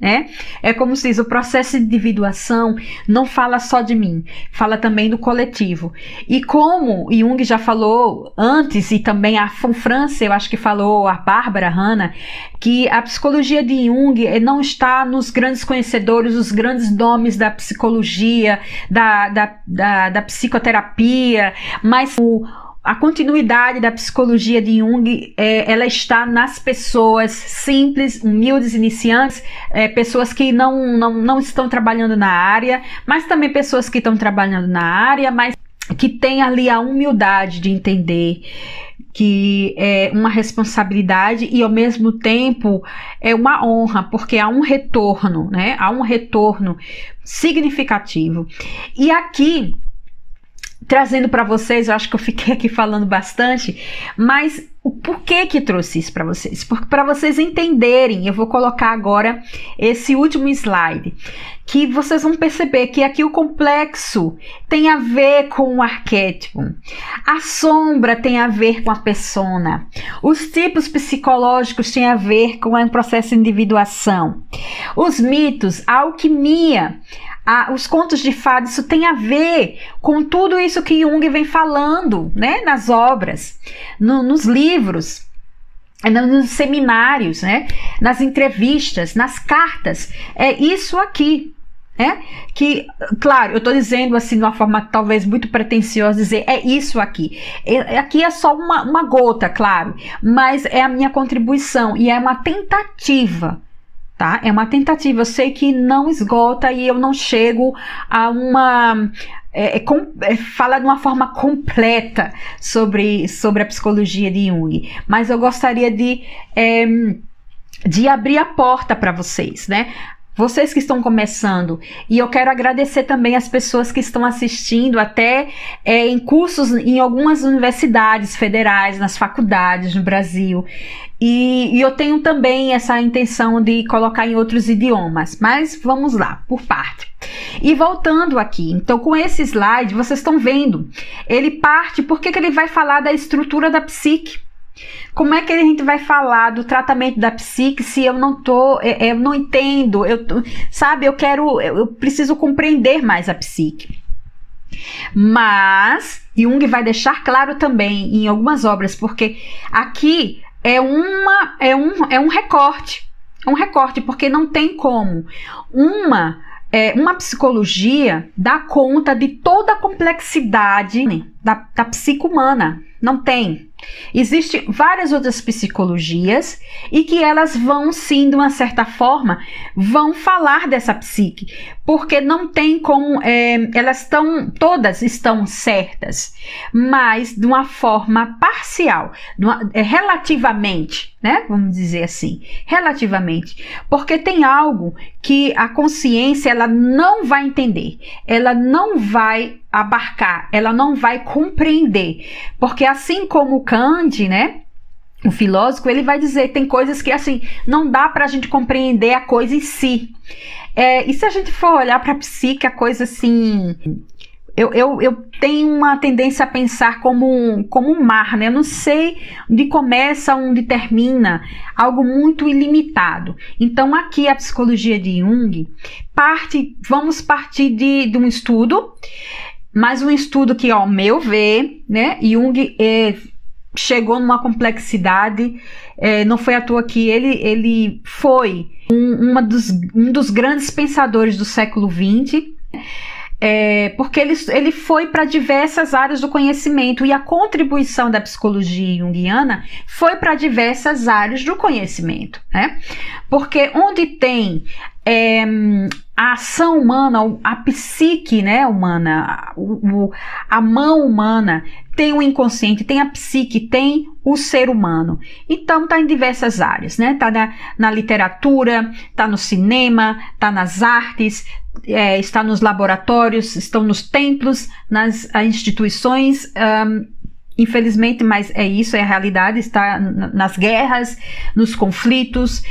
né? É como se diz, o processo de individuação não fala só de mim, fala também do coletivo. E como Jung já falou antes, e também a von Franz, eu acho que falou, a Bárbara Hanna, que a psicologia de Jung não está nos grandes conhecedores, os grandes nomes da psicologia, da psicoterapia, mas a continuidade da psicologia de Jung, ela está nas pessoas simples, humildes, iniciantes, pessoas que não estão trabalhando na área, mas também pessoas que estão trabalhando na área, mas que têm ali a humildade de entender que é uma responsabilidade e ao mesmo tempo é uma honra, porque há um retorno, né? Há um retorno significativo. E aqui, trazendo para vocês, eu acho que eu fiquei aqui falando bastante, mas o porquê que trouxe isso para vocês? Porque para vocês entenderem, eu vou colocar agora esse último slide, que vocês vão perceber que aqui o complexo tem a ver com o arquétipo, a sombra tem a ver com a persona, os tipos psicológicos têm a ver com o processo de individuação, os mitos, a alquimia, os contos de fadas, isso tem a ver com tudo isso que Jung vem falando, né, nas obras, nos livros, nos seminários, né, nas entrevistas, nas cartas. É isso aqui, né? Que, claro, eu estou dizendo assim de uma forma talvez muito pretensiosa, dizer é isso aqui. Aqui é só uma gota, claro, mas é a minha contribuição e é uma tentativa. Tá? É uma tentativa, eu sei que não esgota e eu não chego a falar de uma forma completa sobre a psicologia de Jung, mas eu gostaria de abrir a porta para vocês, né? Vocês que estão começando, e eu quero agradecer também as pessoas que estão assistindo até em cursos em algumas universidades federais, nas faculdades no Brasil, e eu tenho também essa intenção de colocar em outros idiomas, mas vamos lá, por parte. E voltando aqui, então com esse slide, vocês estão vendo, ele parte, por que ele vai falar da estrutura da psique? Como é que a gente vai falar do tratamento da psique se eu não entendo, eu preciso compreender mais a psique. Mas Jung vai deixar claro também em algumas obras, porque aqui é um recorte, porque não tem como uma psicologia dar conta de toda a complexidade da psique humana. Não tem. Existem várias outras psicologias e que elas vão sim, de uma certa forma, vão falar dessa psique, porque não tem como, todas estão certas, mas de uma forma parcial, relativamente, né? Vamos dizer assim, relativamente, porque tem algo que a consciência ela não vai entender, ela não vai abarcar, ela não vai compreender, porque assim como Kant, né, o filósofo, ele vai dizer, tem coisas que assim, não dá pra gente compreender a coisa em si, e se a gente for olhar pra psique, a coisa assim, eu tenho uma tendência a pensar como um mar, né? Eu não sei onde começa, onde termina, algo muito ilimitado. Então aqui a psicologia de Jung vamos partir de um estudo, mas um estudo que, ao meu ver, né, Jung chegou numa complexidade, não foi à toa que ele foi um dos grandes pensadores do século XX, porque ele foi para diversas áreas do conhecimento, e a contribuição da psicologia junguiana foi para diversas áreas do conhecimento, né? Porque onde tem a ação humana, a psique, né, humana, a mão humana, tem o inconsciente, tem a psique, tem o ser humano. Então está em diversas áreas, né? Está na literatura, está no cinema, está nas artes, está nos laboratórios, estão nos templos, nas instituições, infelizmente, mas é isso, é a realidade, está nas guerras, nos conflitos,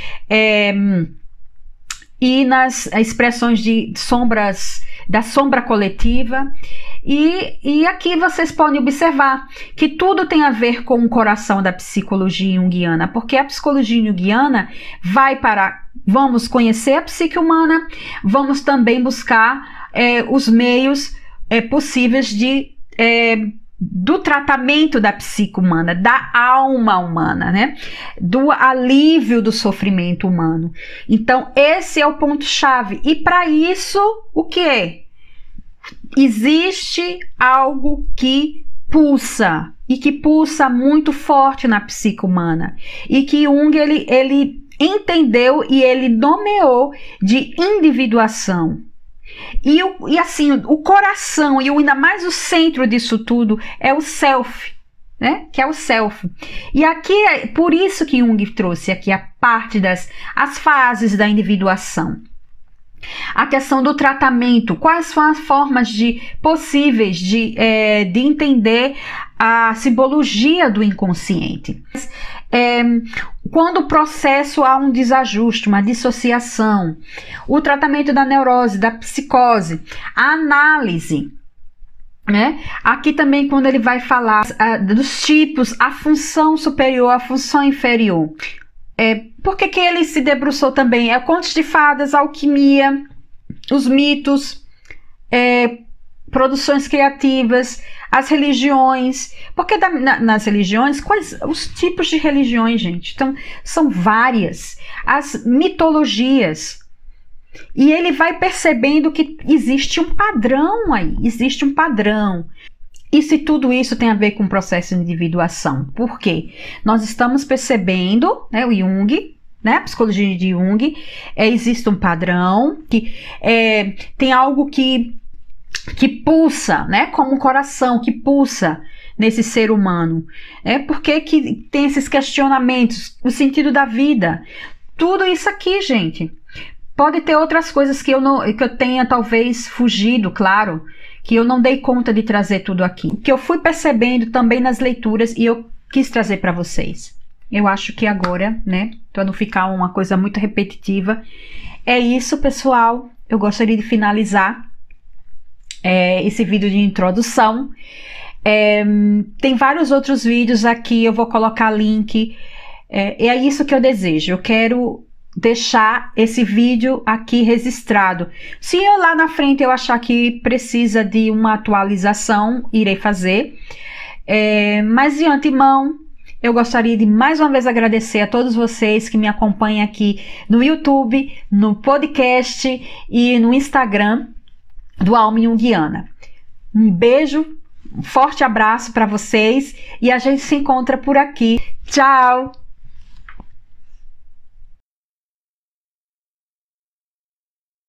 e nas expressões da sombra coletiva, E aqui vocês podem observar que tudo tem a ver com o coração da psicologia junguiana, porque a psicologia junguiana vai para... Vamos conhecer a psique humana, vamos também buscar os meios possíveis do tratamento da psique humana, da alma humana, né? Do alívio do sofrimento humano. Então, esse é o ponto-chave. E para isso, o que é? Existe algo que pulsa, e que pulsa muito forte na psique humana, e que Jung ele entendeu e ele nomeou de individuação. E assim, o coração e ainda mais o centro disso tudo é o self, né? Que é o self. E aqui é por isso que Jung trouxe aqui a parte as fases da individuação. A questão do tratamento, quais são as formas possíveis de entender a simbologia do inconsciente. Quando o processo há um desajuste, uma dissociação, o tratamento da neurose, da psicose, a análise, né? Aqui também quando ele vai falar dos tipos, a função superior, a função inferior. Por que ele se debruçou também? Contos de fadas, alquimia, os mitos, produções criativas, as religiões. Porque nas religiões, quais os tipos de religiões, gente? Então, são várias. As mitologias. E ele vai percebendo que existe um padrão aí, existe um padrão. E se tudo isso tem a ver com o processo de individuação? Por quê? Nós estamos percebendo, né, o Jung, né, a psicologia de Jung, existe um padrão, que tem algo que pulsa, né, como um coração que pulsa nesse ser humano. Por que tem esses questionamentos, o sentido da vida? Tudo isso aqui, gente. Pode ter outras coisas que eu tenha talvez fugido, claro, que eu não dei conta de trazer tudo aqui, que eu fui percebendo também nas leituras e eu quis trazer para vocês. Eu acho que agora, né, para não ficar uma coisa muito repetitiva, é isso, pessoal. Eu gostaria de finalizar esse vídeo de introdução. Tem vários outros vídeos aqui, eu vou colocar link. É isso que eu desejo. Eu quero deixar esse vídeo aqui registrado. Se eu lá na frente eu achar que precisa de uma atualização, irei fazer. Mas de antemão, eu gostaria de mais uma vez agradecer a todos vocês que me acompanham aqui no YouTube, no podcast e no Instagram do Alma Junguiana. Um beijo, um forte abraço para vocês e a gente se encontra por aqui. Tchau!